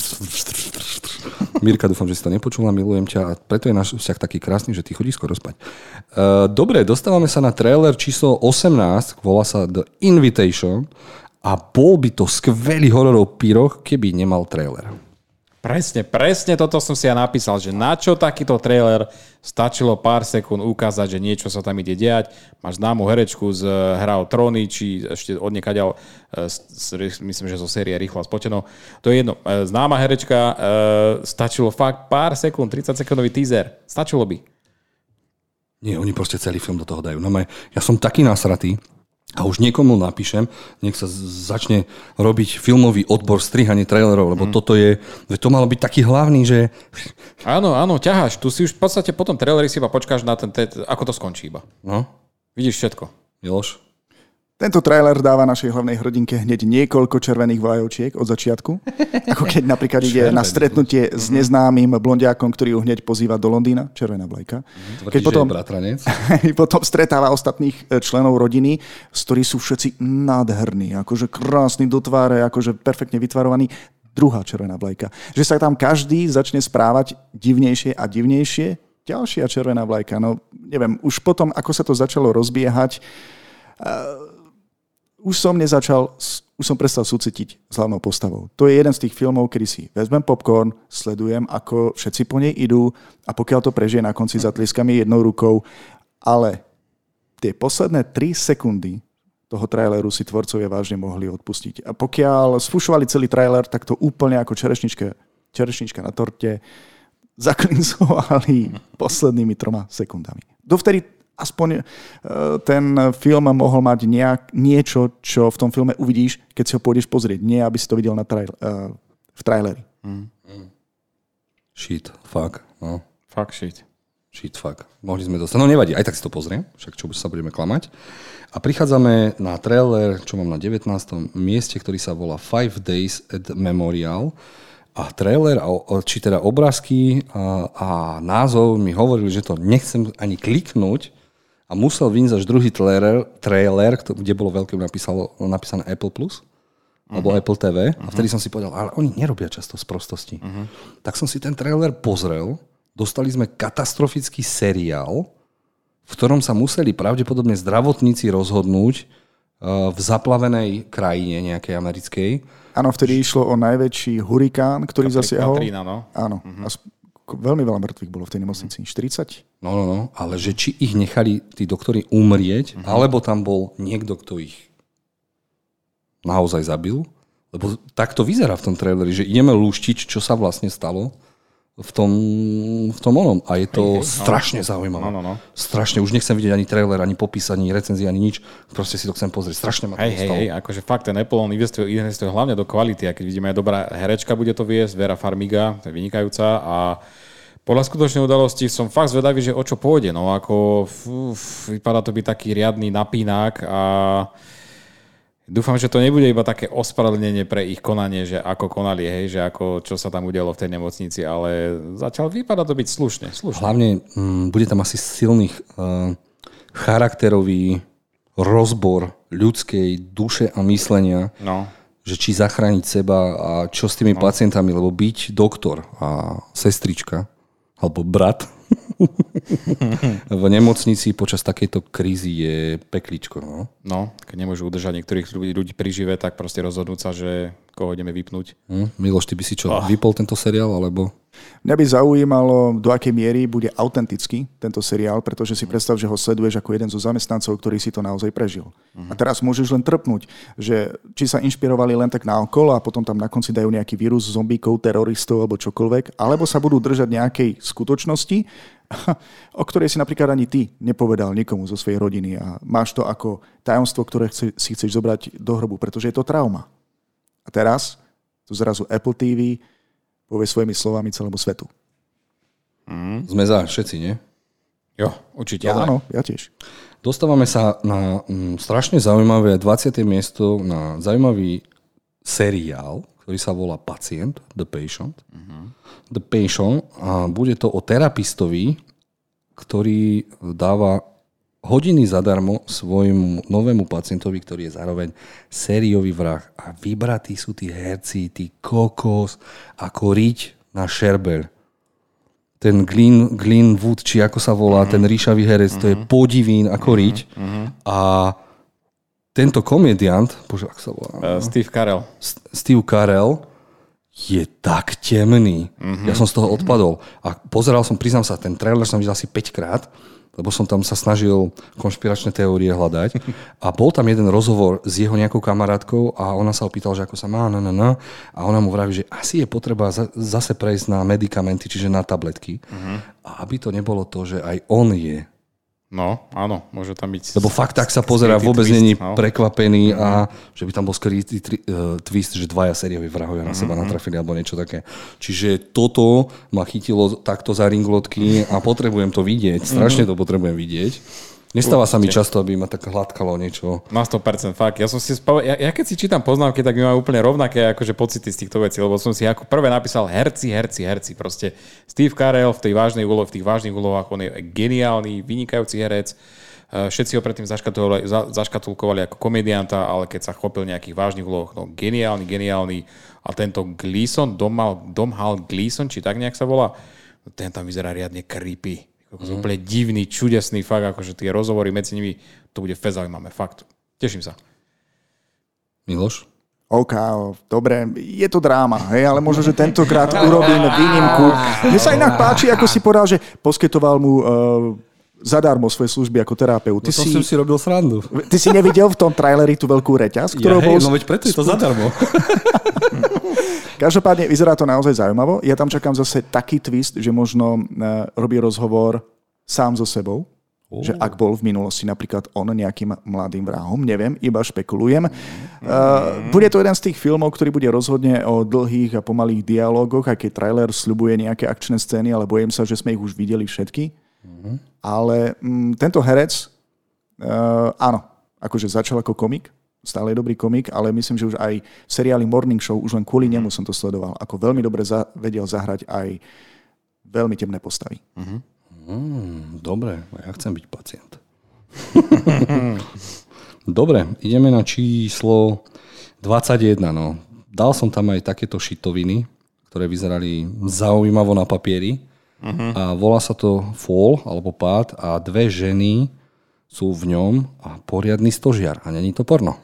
Mirka, dúfam, že si to nepočula, milujem ťa a preto je náš vzťah taký krásny, že ty chodíš skoro spať. Uh, dobre, dostávame sa na trailer číslo osemnásť, volá sa The Invitation a bol by to skvelý hororov pyroch, keby nemal trailer. Presne, presne toto som si ja napísal, že na čo takýto trailer stačilo pár sekúnd ukázať, že niečo sa tam ide diať. Máš známu herečku z Hra o tróny, či ešte odniekaďal, myslím, že zo série Rýchlo a spoteno. To je jedno. Známa herečka, stačilo fakt pár sekúnd, tridsať sekundový teaser. Stačilo by. Nie, oni proste celý film do toho dajú. No, ja som taký nasratý, a už niekomu napíšem, nech sa začne robiť filmový odbor strihanie trailerov, lebo mm. toto je, to malo byť taký hlavný, že... Áno, áno, ťaháš. Tu si už v podstate po tom traileri si iba počkáš na ten, ten ako to skončí iba. No. Vidíš všetko. Miloš? Tento trailer dáva našej hlavnej hrdinke hneď niekoľko červených vlajočiek od začiatku. Ako keď napríklad ide na stretnutie s neznámym blondiákom, ktorý ju hneď pozýva do Londýna. Červená vlajka. Tvrdí, keď potom, že je bratranec. potom stretáva ostatných členov rodiny, z ktorých sú všetci nádherní, akože krásni do tváre, akože perfektne vytvarovaní. Druhá červená vlajka. Že sa tam každý začne správať divnejšie a divnejšie. Ďalšia červená vlajka. No neviem, už potom, ako sa to začalo rozbiehať, uh, Už som nezačal, už som prestal súcitiť s hlavnou postavou. To je jeden z tých filmov, kedy si vezmem popcorn, sledujem, ako všetci po nej idú a pokiaľ to prežije na konci zatlieskami jednou rukou, ale tie posledné tri sekundy toho traileru si tvorcovia vážne mohli odpustiť. A pokiaľ sfušovali celý trailer, tak to úplne ako čerešnička, čerešnička na torte zaklincovali poslednými troma sekundami. Dovtedy aspoň ten film mohol mať nejak, niečo, čo v tom filme uvidíš, keď si ho pôjdeš pozrieť. Nie, aby si to videl na trail, uh, v traileri. Mm. Mm. Shit, fuck. No. Fuck shit. Shit, fuck. Mohli sme dostať. No nevadí, aj tak si to pozriem, však čo sa budeme klamať. A prichádzame na trailer, čo mám na devätnástom mieste, ktorý sa volá Five Days at Memorial. A trailer, či teda obrázky a, a názov mi hovorili, že to nechcem ani kliknúť, a musel vyjsť až druhý trailer, trailer, kde bolo veľké napísalo, napísané Apple Plus, uh-huh. alebo Apple té vé. Uh-huh. A vtedy som si povedal, ale oni nerobia často sprostosti. Uh-huh. Tak som si ten trailer pozrel, dostali sme katastrofický seriál, v ktorom sa museli pravdepodobne zdravotníci rozhodnúť uh, v zaplavenej krajine nejakej americkej. Áno, vtedy išlo o najväčší hurikán, ktorý Kapri, zasiahol. Katrina, no. Áno. Uh-huh. Veľmi veľa mŕtvych bolo v tej nemocnici. štyridsať? No, no, no. Ale že či ich nechali tí doktori umrieť, uh-huh. alebo tam bol niekto, kto ich naozaj zabil. Lebo tak to vyzerá v tom traileri, že ideme lúštiť, čo sa vlastne stalo v tom, v tom onom. A je to hej, hej, strašne no. zaujímavé. No, no, no. Strašne. Už nechcem vidieť ani trailer, ani popis, ani recenzie, ani nič. Proste si to chcem pozrieť. Strašne ma to hej, dostalo. Hej, hej, akože fakt ten Apple, on investuje, investuje hlavne do kvality. A keď vidíme aj dobrá herečka bude to viesť, Vera Farmiga, to je vynikajúca. A podľa skutočnej udalosti som fakt zvedavý, že o čo pôjde. No ako uf, vypadá to byť taký riadny napínák a dúfam, že to nebude iba také ospravedlnenie pre ich konanie, že ako konali, hej, že ako, čo sa tam udialo v tej nemocnici, ale začal vypadá to byť slušne. slušne. Hlavne m, bude tam asi silných uh, charakterový rozbor ľudskej duše a myslenia, no. že či zachrániť seba a čo s tými no. pacientami, lebo byť doktor a sestrička alebo brat v nemocnici počas takejto krízy je pekličko. No, no keď nemôžu udržať niektorých ľudí, ľudí pri žive, tak proste rozhodnúť sa, že koho ideme vypnúť. Hm? Miloš, ty by si čo, oh. vypol tento seriál, alebo... Mňa by zaujímalo, do akej miery bude autentický tento seriál, pretože si predstav, že ho sleduješ ako jeden zo zamestnancov, ktorý si to naozaj prežil. Uh-huh. A teraz môžeš len trpnúť, že či sa inšpirovali len tak naokolo a potom tam na konci dajú nejaký vírus zombíkov, teroristov alebo čokoľvek, alebo sa budú držať nejakej skutočnosti, o ktorej si napríklad ani ty nepovedal nikomu zo svojej rodiny a máš to ako tajomstvo, ktoré chce, si chceš zobrať do hrobu, pretože je to trauma. A teraz tu zrazu Apple té vé povie svojimi slovami celému svetu. Mm. Sme za všetci, nie? Jo, určite. Ja, áno, ja tiež. Dostávame sa na mm, strašne zaujímavé dvadsiate miesto na zaujímavý seriál, ktorý sa volá Pacient, The Patient. Uh-huh. The Patient. A bude to o terapistovi, ktorý dáva hodiny zadarmo svojmu novému pacientovi, ktorý je zároveň sériový vrah. A vybratí sú tí herci, tí kokos, ako riť na šerbeľ. Ten Glyn, Glyn Wood, či ako sa volá, uh-huh. ten ríšavý herec, uh-huh. to je podivín ako uh-huh. riť. Uh-huh. A tento komediant, bože, ako sa volá? Uh, Steve Carell. S- Steve Carell je tak temný. Uh-huh. Ja som z toho odpadol. A pozeral som, priznám sa, ten trailer som videl asi päť krát, lebo som tam sa snažil konšpiračné teórie hľadať. A bol tam jeden rozhovor s jeho nejakou kamarátkou a ona sa opýtala, že ako sa má, no, no, no. A ona mu vraví, že asi je potreba zase prejsť na medikamenty, čiže na tabletky. Uh-huh. A aby to nebolo to, že aj on je. No, áno, môže tam byť... Lebo fakt tak sa pozerá, vôbec není no. prekvapený uh-huh. a že by tam bol skrytý uh, twist, že dvaja sérioví vrahovia na uh-huh. seba natrafili alebo niečo také. Čiže toto ma chytilo takto za ringlotky a potrebujem to vidieť. Strašne to potrebujem vidieť. Nestáva sa mi často, aby ma tak hladkalo niečo. Na sto percent fakt. Ja som si spav... ja, ja keď si čítam poznámky, tak mi mám úplne rovnaké akože pocity z týchto vecí, lebo som si ako prvé napísal herci, herci, herci. Proste Steve Carell v tej vážnej úlohe, v tých vážnych úlohách, on je geniálny, vynikajúci herec. Všetci ho predtým zaškatulkovali, za, zaškatulkovali ako komedianta, ale keď sa chopil nejakých vážnych úloh, no geniálny, geniálny. A tento Gleeson, Domhal, Domhal Gleeson, či tak nejak sa volá, ten tam vyzerá riadne creepy. Mm. Úplne divný, čudesný fakt, akože tie rozhovory medzi nimi, to bude fest zaujímavé, fakt. Teším sa. Miloš? OK, dobre, je to dráma, hej, ale možno, že tentokrát urobíme výnimku. Mne sa inak páči, ako si povedal, že poskytoval mu uh, zadarmo svoje služby ako terapeut. Ty no to si, som si robil srandu. Ty si nevidel v tom traileri tú veľkú reťaz? Ja, hej, bol... no veď preto je to zadarmo. Každopádne vyzerá to naozaj zaujímavo. Ja tam čakám zase taký twist, že možno uh, robí rozhovor sám so sebou. Oh. Že ak bol v minulosti napríklad on nejakým mladým vrahom, neviem, iba špekulujem. Uh, bude to jeden z tých filmov, ktorý bude rozhodne o dlhých a pomalých dialógoch, aj keď trailer sľubuje nejaké akčné scény, ale bojím sa, že sme ich už videli všetky. Mm. Ale um, tento herec, uh, áno, akože začal ako komik, stále je dobrý komik, ale myslím, že už aj v seriáli Morning Show, už len kvôli nemu som to sledoval, ako veľmi dobre za, vedel zahrať aj veľmi temné postavy. Uh-huh. Mm, dobre, ja chcem byť pacient. Dobre, ideme na číslo dvadsaťjeden. No. Dal som tam aj takéto šitoviny, ktoré vyzerali zaujímavo na papieri. Uh-huh. A volá sa to Fall, alebo Pád, a dve ženy sú v ňom a poriadny stožiar. A není to porno.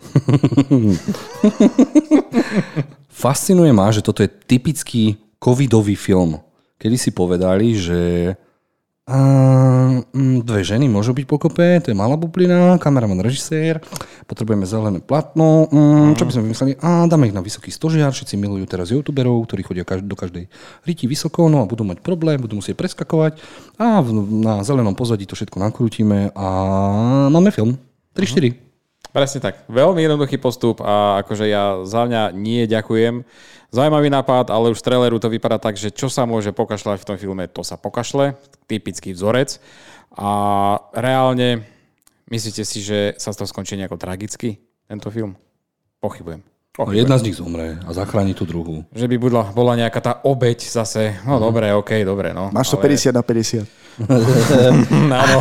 Fascinuje ma, že toto je typický covidový film. Kedy si povedali, že a, mm, dve ženy môžu byť pokope, to je malá bublina, kameraman, režisér, potrebujeme zelené platno. Mm, čo by sme vymysleli? A dáme ich na vysoký stožiar, všetci milujú teraz youtuberov, ktorí chodia do každej riti vysoko, no a budú mať problém, budú musieť preskakovať a na zelenom pozadí to všetko nakrútime a máme film. tri štyri. Presne tak. Veľmi jednoduchý postup a akože ja za mňa nie ďakujem. Zaujímavý nápad, ale už z traileru to vypadá tak, že čo sa môže pokašľať v tom filme, to sa pokašle. Typický vzorec. A reálne, myslíte si, že sa to skončí nejako tragicky, tento film? Pochybujem. No, jedna z nich zomre a zachráni tú druhú. Že by bola, bola nejaká tá obeť zase. No mm. dobre, okej, okay, dobre. No, máš to ale... päťdesiat na päťdesiat. Áno.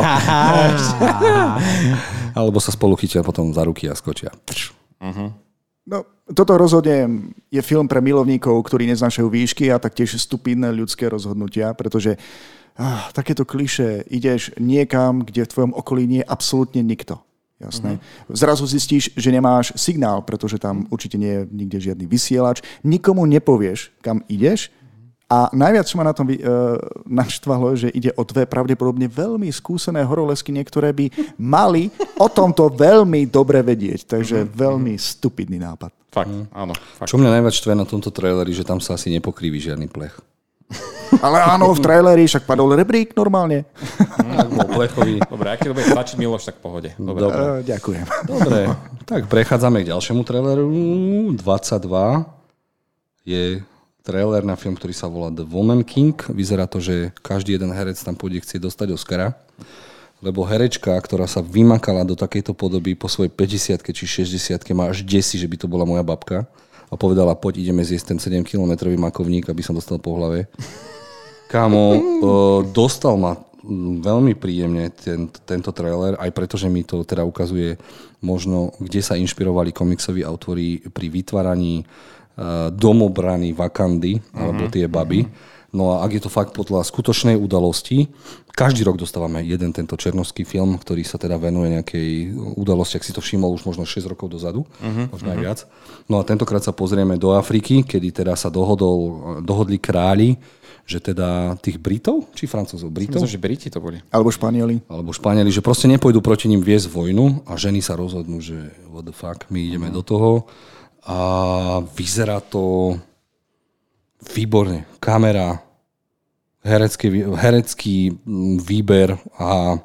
Alebo sa spolu chytia potom za ruky a skočia. Uh-huh. No, toto rozhodne je film pre milovníkov, ktorí neznášajú výšky a taktiež stupidné ľudské rozhodnutia, pretože ah, takéto klišé, ideš niekam, kde v tvojom okolí nie je absolútne nikto. Jasné. Mm-hmm. Zrazu zistíš, že nemáš signál, pretože tam určite nie je nikde žiadny vysielač. Nikomu nepovieš, kam ideš. A najviac, čo ma na tom uh, naštvalo, že ide o dve pravdepodobne veľmi skúsené horoleskyne, ktoré by mali o tomto veľmi dobre vedieť. Takže mm-hmm. veľmi stupidný nápad. Fakt, mm. áno. Fakt. Čo mňa najviac štve na tomto traileri, že tam sa asi nepokriví žiadny plech. Ale áno, v traileri však padol rebrík normálne. Tak bol plechový. Dobre, ak ti to bude stačiť, Miloš, tak v pohode. Dobre. Dobre. Uh, ďakujem. Dobre, tak prechádzame k ďalšiemu traileru. dvadsaťdva je trailer na film, ktorý sa volá The Woman King. Vyzerá to, že každý jeden herec tam pôjde chcieť dostať Oscara. Lebo herečka, ktorá sa vymakala do takejto podoby po svojej päťdesiatke či šesťdesiatke, ma až desí, že by to bola moja babka. A povedala, poď ideme zjesť ten sedemkilometrový makovník, aby som dostal po hlave. Kámo, dostal ma veľmi príjemne ten, tento trailer, aj preto, že mi to teda ukazuje možno, kde sa inšpirovali komiksoví autori pri vytváraní domobrany Wakandy, alebo tie baby. No a ak je to fakt podľa skutočnej udalosti, každý rok dostávame jeden tento černovský film, ktorý sa teda venuje nejakej udalosti, ak si to všimol už možno šesť rokov dozadu, uh-huh, možno aj uh-huh. viac. No a tentokrát sa pozrieme do Afriky, kedy teda sa dohodol, dohodli králi, že teda tých Britov, či Francúzov? Britov? Myslím, že Briti to boli. Alebo Španieli. Alebo Španieli, že proste nepôjdu proti ním viesť vojnu a ženy sa rozhodnú, že what the fuck, my ideme uh-huh. do toho. A vyzerá to výborne. Kamera, herecký, herecký výber a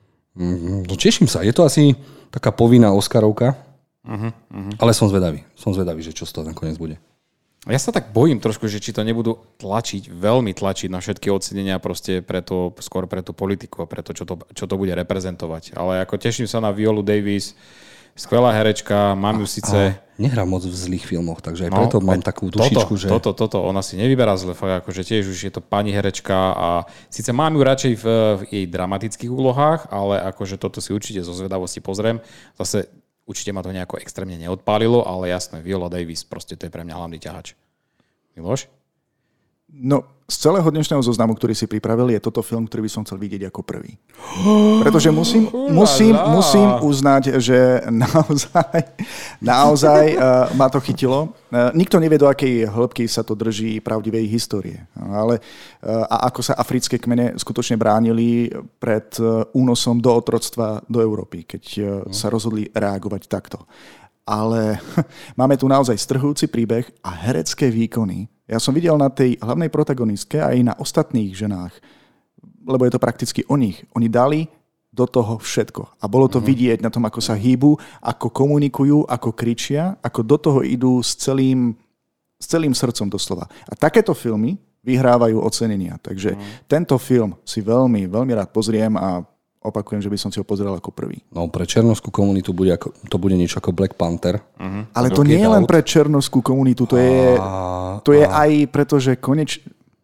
no, teším sa. Je to asi taká povinná Oscarovka, uh-huh, uh-huh. ale som zvedavý. Som zvedavý, že čo z toho nakoniec bude. Ja sa tak bojím trošku, že či to nebudú tlačiť, veľmi tlačiť na všetky ocenenia proste preto, skôr pre tú politiku a pre to, čo to, čo to bude reprezentovať. Ale ako teším sa na Violu Davis, skvelá herečka, mám ju síce... Nehrá moc v zlých filmoch, takže aj no, preto mám takú dušičku, toto, že... Toto, toto, ona si nevyberá zle, fakt akože tiež už je to pani herečka a síce mám ju radšej v, v jej dramatických úlohách, ale akože toto si určite zo zvedavosti pozriem. Zase určite ma to nejako extrémne neodpálilo, ale jasné, Viola Davis, proste to je pre mňa hlavný ťahač. Miloš? No, z celého dnešného zoznamu, ktorý si pripravil, je toto film, ktorý by som chcel vidieť ako prvý. Pretože musím, musím, musím uznať, že naozaj, naozaj uh, ma to chytilo. Uh, nikto nevie, do akej hĺbky sa to drží pravdivej histórie. Ale uh, a ako sa africké kmene skutočne bránili pred uh, únosom do otroctva do Európy, keď uh, sa rozhodli reagovať takto. Ale máme tu naozaj strhujúci príbeh a herecké výkony. Ja som videl na tej hlavnej protagonistke aj na ostatných ženách, lebo je to prakticky o nich. Oni dali do toho všetko. A bolo to mm-hmm. vidieť na tom, ako sa hýbu, ako komunikujú, ako kričia, ako do toho idú s celým, s celým srdcom doslova. A takéto filmy vyhrávajú ocenenia. Takže mm. tento film si veľmi, veľmi rád pozriem a opakujem, že by som si ho pozrel ako prvý. No pre černovskú komunitu bude ako, to bude niečo ako Black Panther. Uh-huh. Ale to nie je len pre černovskú komunitu, to je, to je aj preto, že koneč...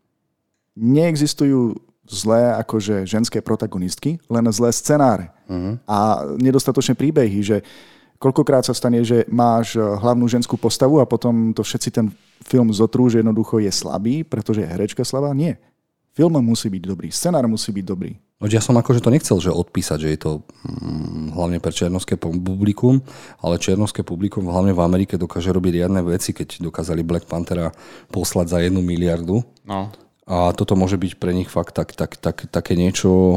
neexistujú zlé akože ženské protagonistky, len zlé scenáre. Uh-huh. A nedostatočné príbehy, že koľkokrát sa stane, že máš hlavnú ženskú postavu a potom to všetci ten film zotrú, že jednoducho je slabý, pretože je herečka slabá. Nie. Film musí byť dobrý, scenár musí byť dobrý. No, ja som akože to nechcel, že odpísať, že je to hm, hlavne pre černovské publikum, ale černovské publikum hlavne v Amerike dokáže robiť riadne veci, keď dokázali Black Panthera poslať za jednu miliardu. No. A toto môže byť pre nich fakt tak, tak, tak, také niečo,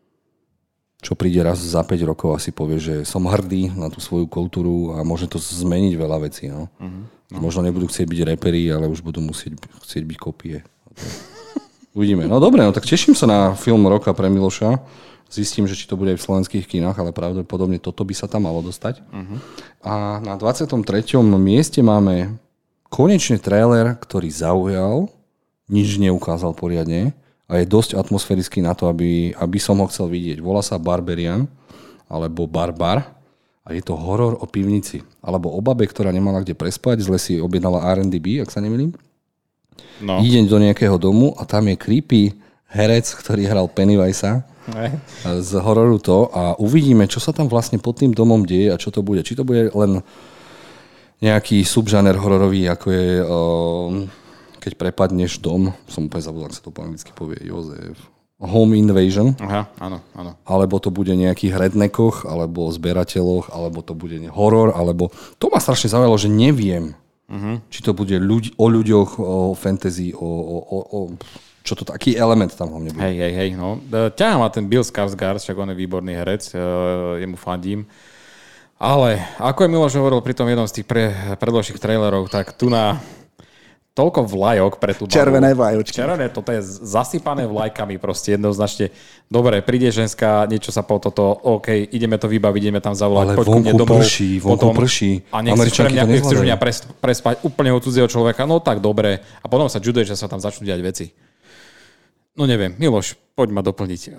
čo príde raz za päť rokov a si povie, že som hrdý na tú svoju kultúru a môže to zmeniť veľa vecí. No. Uh-huh. No. Možno nebudú chcieť byť reperi, ale už budú musieť chcieť byť kopie. Uvidíme. No dobre, no tak teším sa na film roka pre Miloša. Zistím, že či to bude aj v slovenských kinách, ale pravdepodobne toto by sa tam malo dostať. Uh-huh. A na dvadsiatom treťom mieste máme konečne trailer, ktorý zaujal, nič neukázal poriadne a je dosť atmosférický na to, aby, aby som ho chcel vidieť. Volá sa Barbarian, alebo Barbar a je to horor o pivnici. Alebo o babe, ktorá nemala kde prespať, zle si objednala er end bí, ak sa nemýlim. No. Idem do nejakého domu a tam je creepy herec, ktorý hral Pennywisa z hororu to a uvidíme, čo sa tam vlastne pod tým domom deje a čo to bude. Či to bude len nejaký subžáner hororový, ako je um, keď prepadneš dom, som úplne zabudol, ak sa to po anglicky povie, Jozef, Home Invasion. Aha, áno, áno. Alebo to bude nejakých redneckoch, alebo zberateľoch, alebo to bude horor, alebo to ma strašne zaujalo, že neviem, uh-huh. či to bude ľuď, o ľuďoch, o fantasy, o, o, o, o čo to taký element tam hlavne bude. Hej, hej, hej, no. Ťahá ma ten Bill Skarsgård, však on je výborný herec, jemu fandím. Ale ako je Miloš hovoril pri tom jednom z tých pre, predložších trailerov, tak tu na toľko vlajok pre tú babu. Červené vlajočky. Červené, toto je zasypané vlajkami proste jednoznačne. Dobre, príde ženská, niečo sa po toto, OK, ideme to vybaviť, ideme tam zavolať, poď ku mne domov. Prší, vonku prší, a nechceš pre mňa, nechceš mňa prespať úplne od cudzieho človeka, no tak dobre. A potom sa čuduje, že sa tam začnú diať veci. No neviem, Miloš, poď ma doplniť.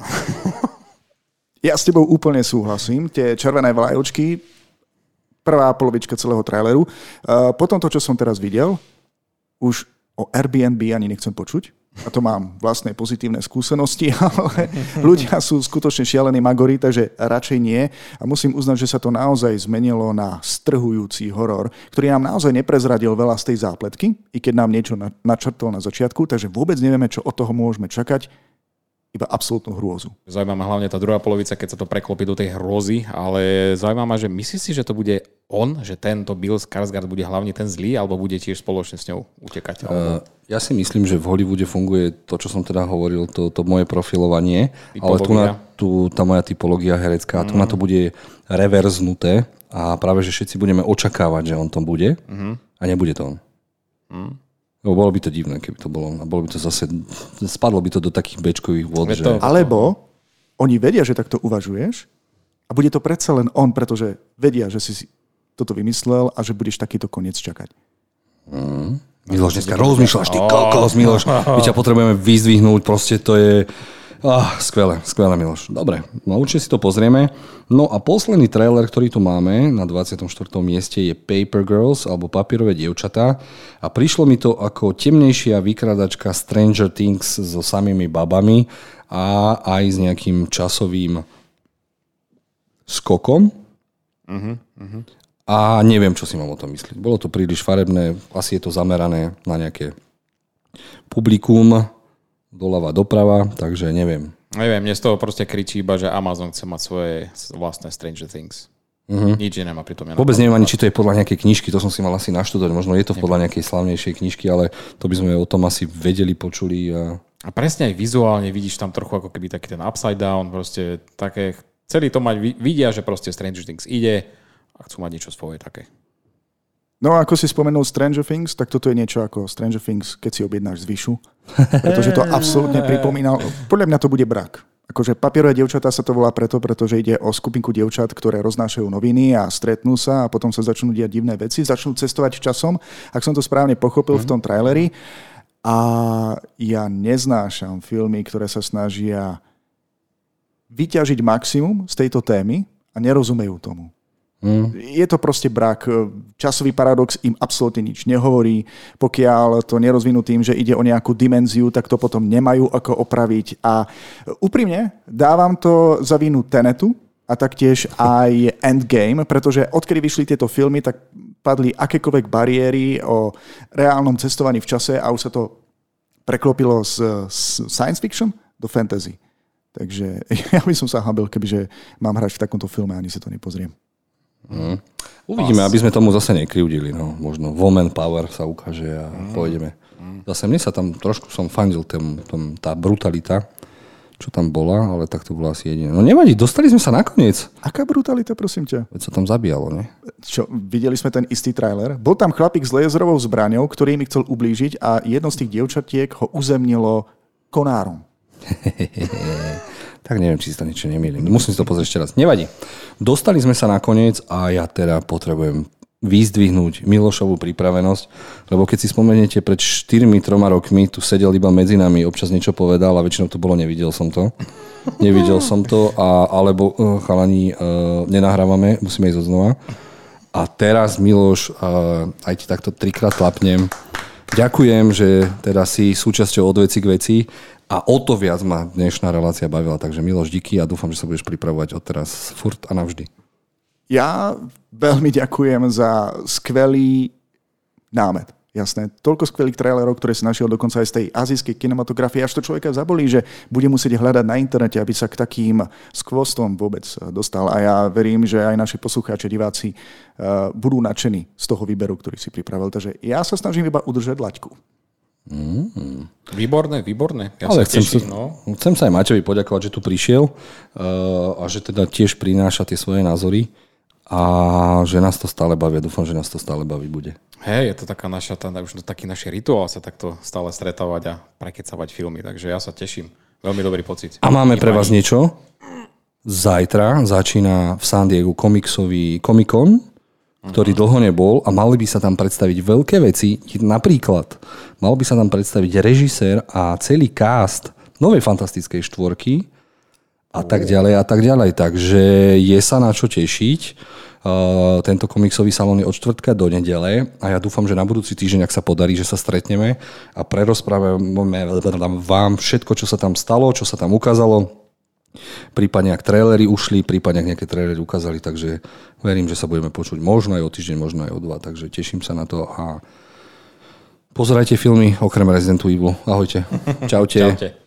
Ja s tebou úplne súhlasím. Tie červené vlajočky, prvá polovička celého traileru. Potom to, čo som teraz videl, už o Airbnb ani nechcem počuť. A to mám vlastné pozitívne skúsenosti, ale ľudia sú skutočne šialení magori, takže radšej nie. A musím uznať, že sa to naozaj zmenilo na strhujúci horor, ktorý nám naozaj neprezradil veľa z tej zápletky, i keď nám niečo načrtol na začiatku, takže vôbec nevieme, čo od toho môžeme čakať. Iba absolútnu hrôzu. Zaujíma ma hlavne tá druhá polovica, keď sa to preklopí do tej hrôzy, ale zaujíma ma, že myslíš si, že to bude on, že tento Bill Skarsgård bude hlavne ten zlý, alebo bude tiež spoločne s ňou utekať? Uh, ja si myslím, že v Hollywoode funguje to, čo som teda hovoril, to, to moje profilovanie, typológia. Ale tu, na, tu tá moja typológia herecká, mm. tu na to bude reverznuté a práve, že všetci budeme očakávať, že on to bude mm. a nebude to on. Mm. No, bolo by to divné, keby to bolo. A bolo by to zase, spadlo by to do takých bečkových vôd. Že... Alebo oni vedia, že takto uvažuješ a bude to predsa len on, pretože vedia, že si toto vymyslel a že budeš takýto koniec čakať. Mm, Miloš, dneska rozmýšľaš, ty kokos, Miloš. My ťa potrebujeme vyzdvihnúť, proste to je... Ah, skvelé, skvelé, Miloš. Dobre, no určite si to pozrieme. No a posledný trailer, ktorý tu máme na dvadsiatom štvrtom mieste je Paper Girls, alebo Papierové dievčatá. A prišlo mi to ako temnejšia vykradačka Stranger Things so samými babami a aj s nejakým časovým skokom. Uh-huh, uh-huh. A neviem, čo si mám o tom myslieť. Bolo to príliš farebné, asi je to zamerané na nejaké publikum, doľava, doprava, takže neviem. Neviem, mne z toho proste kričí iba, že Amazon chce mať svoje vlastné Stranger Things. Uh-huh. Nič iné ma pritom. Vôbec neviem ani, či to je podľa nejakej knižky, to som si mal asi naštudovať. Možno je to podľa nejakej slavnejšej knižky, ale to by sme o tom asi vedeli, počuli. A, a presne aj vizuálne vidíš tam trochu ako keby taký ten upside down, proste také, celý to mať, vidia, že proste Stranger Things ide a chcú mať niečo svoje také. No ako si spomenul Stranger Things, tak toto je niečo ako Stranger Things, keď si objednáš z Vyšu. Pretože to absolútne pripomína. Podľa mňa to bude brak. Akože Papierové dievčatá sa to volá preto, pretože ide o skupinku dievčat, ktoré roznášajú noviny a stretnú sa a potom sa začnú diať divné veci, začnú cestovať časom, ak som to správne pochopil mm. v tom traileri. A ja neznášam filmy, ktoré sa snažia vyťažiť maximum z tejto témy a nerozumejú tomu. Mm. Je to proste brak. Časový paradox im absolútne nič nehovorí. Pokiaľ to nerozvinú tým, že ide o nejakú dimenziu, tak to potom nemajú ako opraviť. A úprimne dávam to za vinu Tenetu a taktiež aj Endgame, pretože odkedy vyšli tieto filmy, tak padli akékoľvek bariéry o reálnom cestovaní v čase a už sa to preklopilo z science fiction do fantasy. Takže ja by som sa hambil, kebyže mám hrať v takomto filme a ani si to nepozriem. Hmm. Uvidíme, aby sme tomu zase nekryvdili. No. Možno woman power sa ukáže a hmm. pôjdeme. Zase mne sa tam trošku som fandil tém, tém, tá brutalita, čo tam bola, ale tak to bolo asi jediné. No nevadí, dostali sme sa nakoniec. Aká brutalita, prosím ťa? Veď sa tam zabíjalo, ne? Čo, videli sme ten istý trailer? Bol tam chlapík s laserovou zbraňou, ktorý mi chcel ublížiť a jedno z tých dievčatiek ho uzemnilo konárom. Tak neviem, či si to niečo nemýlim. Musím si to pozrieť ešte raz. Nevadí. Dostali sme sa nakoniec a ja teda potrebujem vyzdvihnúť Milošovú pripravenosť, lebo keď si spomeniete, pred štyrmi troma rokmi tu sedel iba medzi nami, občas niečo povedal a väčšinou to bolo, nevidel som to. Nevidel som to, a, alebo uh, chalani, uh, nenahrávame, musíme ísť odznova. A teraz, Miloš, uh, aj ti takto trikrát tlapnem. Ďakujem, že teda si súčasťou od veci k veci. A o to viac ma dnešná relácia bavila. Takže Miloš, díky a dúfam, že sa budeš pripravovať odteraz furt a navždy. Ja veľmi ďakujem za skvelý námet. Jasné, toľko skvelých trailerov, ktoré si našiel dokonca aj z tej azijskej kinematografie, až to človeka zabolí, že bude musieť hľadať na internete, aby sa k takým skvostom vôbec dostal. A ja verím, že aj naši poslucháči, diváci uh, budú nadšení z toho výberu, ktorý si pripravil. Takže ja sa snažím iba udržať laťku. Mm. Výborné, výborné. Ja Ale sa chcem, teším, sa, no. chcem sa aj Maťovi poďakovať, že tu prišiel uh, a že teda tiež prináša tie svoje názory a že nás to stále baví. Dúfam, že nás to stále baví bude. Hej, je to taká naša, tá, už to taký náš rituál sa takto stále stretávať a prekecavať filmy, takže ja sa teším. Veľmi dobrý pocit. A máme pre vás niečo. Zajtra začína v San Diegu komiksový Comic-Con, ktorý dlho nebol a mali by sa tam predstaviť veľké veci. Napríklad, mal by sa tam predstaviť režisér a celý cast novej fantastickej štvorky a tak ďalej a tak ďalej. Takže je sa na čo tešiť. Uh, tento komiksový salón je od štvrtka do nedele a ja dúfam, že na budúci týždeň, ak sa podarí, že sa stretneme a prerozprávame vám všetko, čo sa tam stalo, čo sa tam ukázalo. Prípadne ak trailery ušli, prípadne ak nejaké trailery ukázali, takže verím, že sa budeme počuť možno aj o týždeň, možno aj o dva, takže teším sa na to a pozerajte filmy okrem Resident Evil. Ahojte. Čaute. Čaute.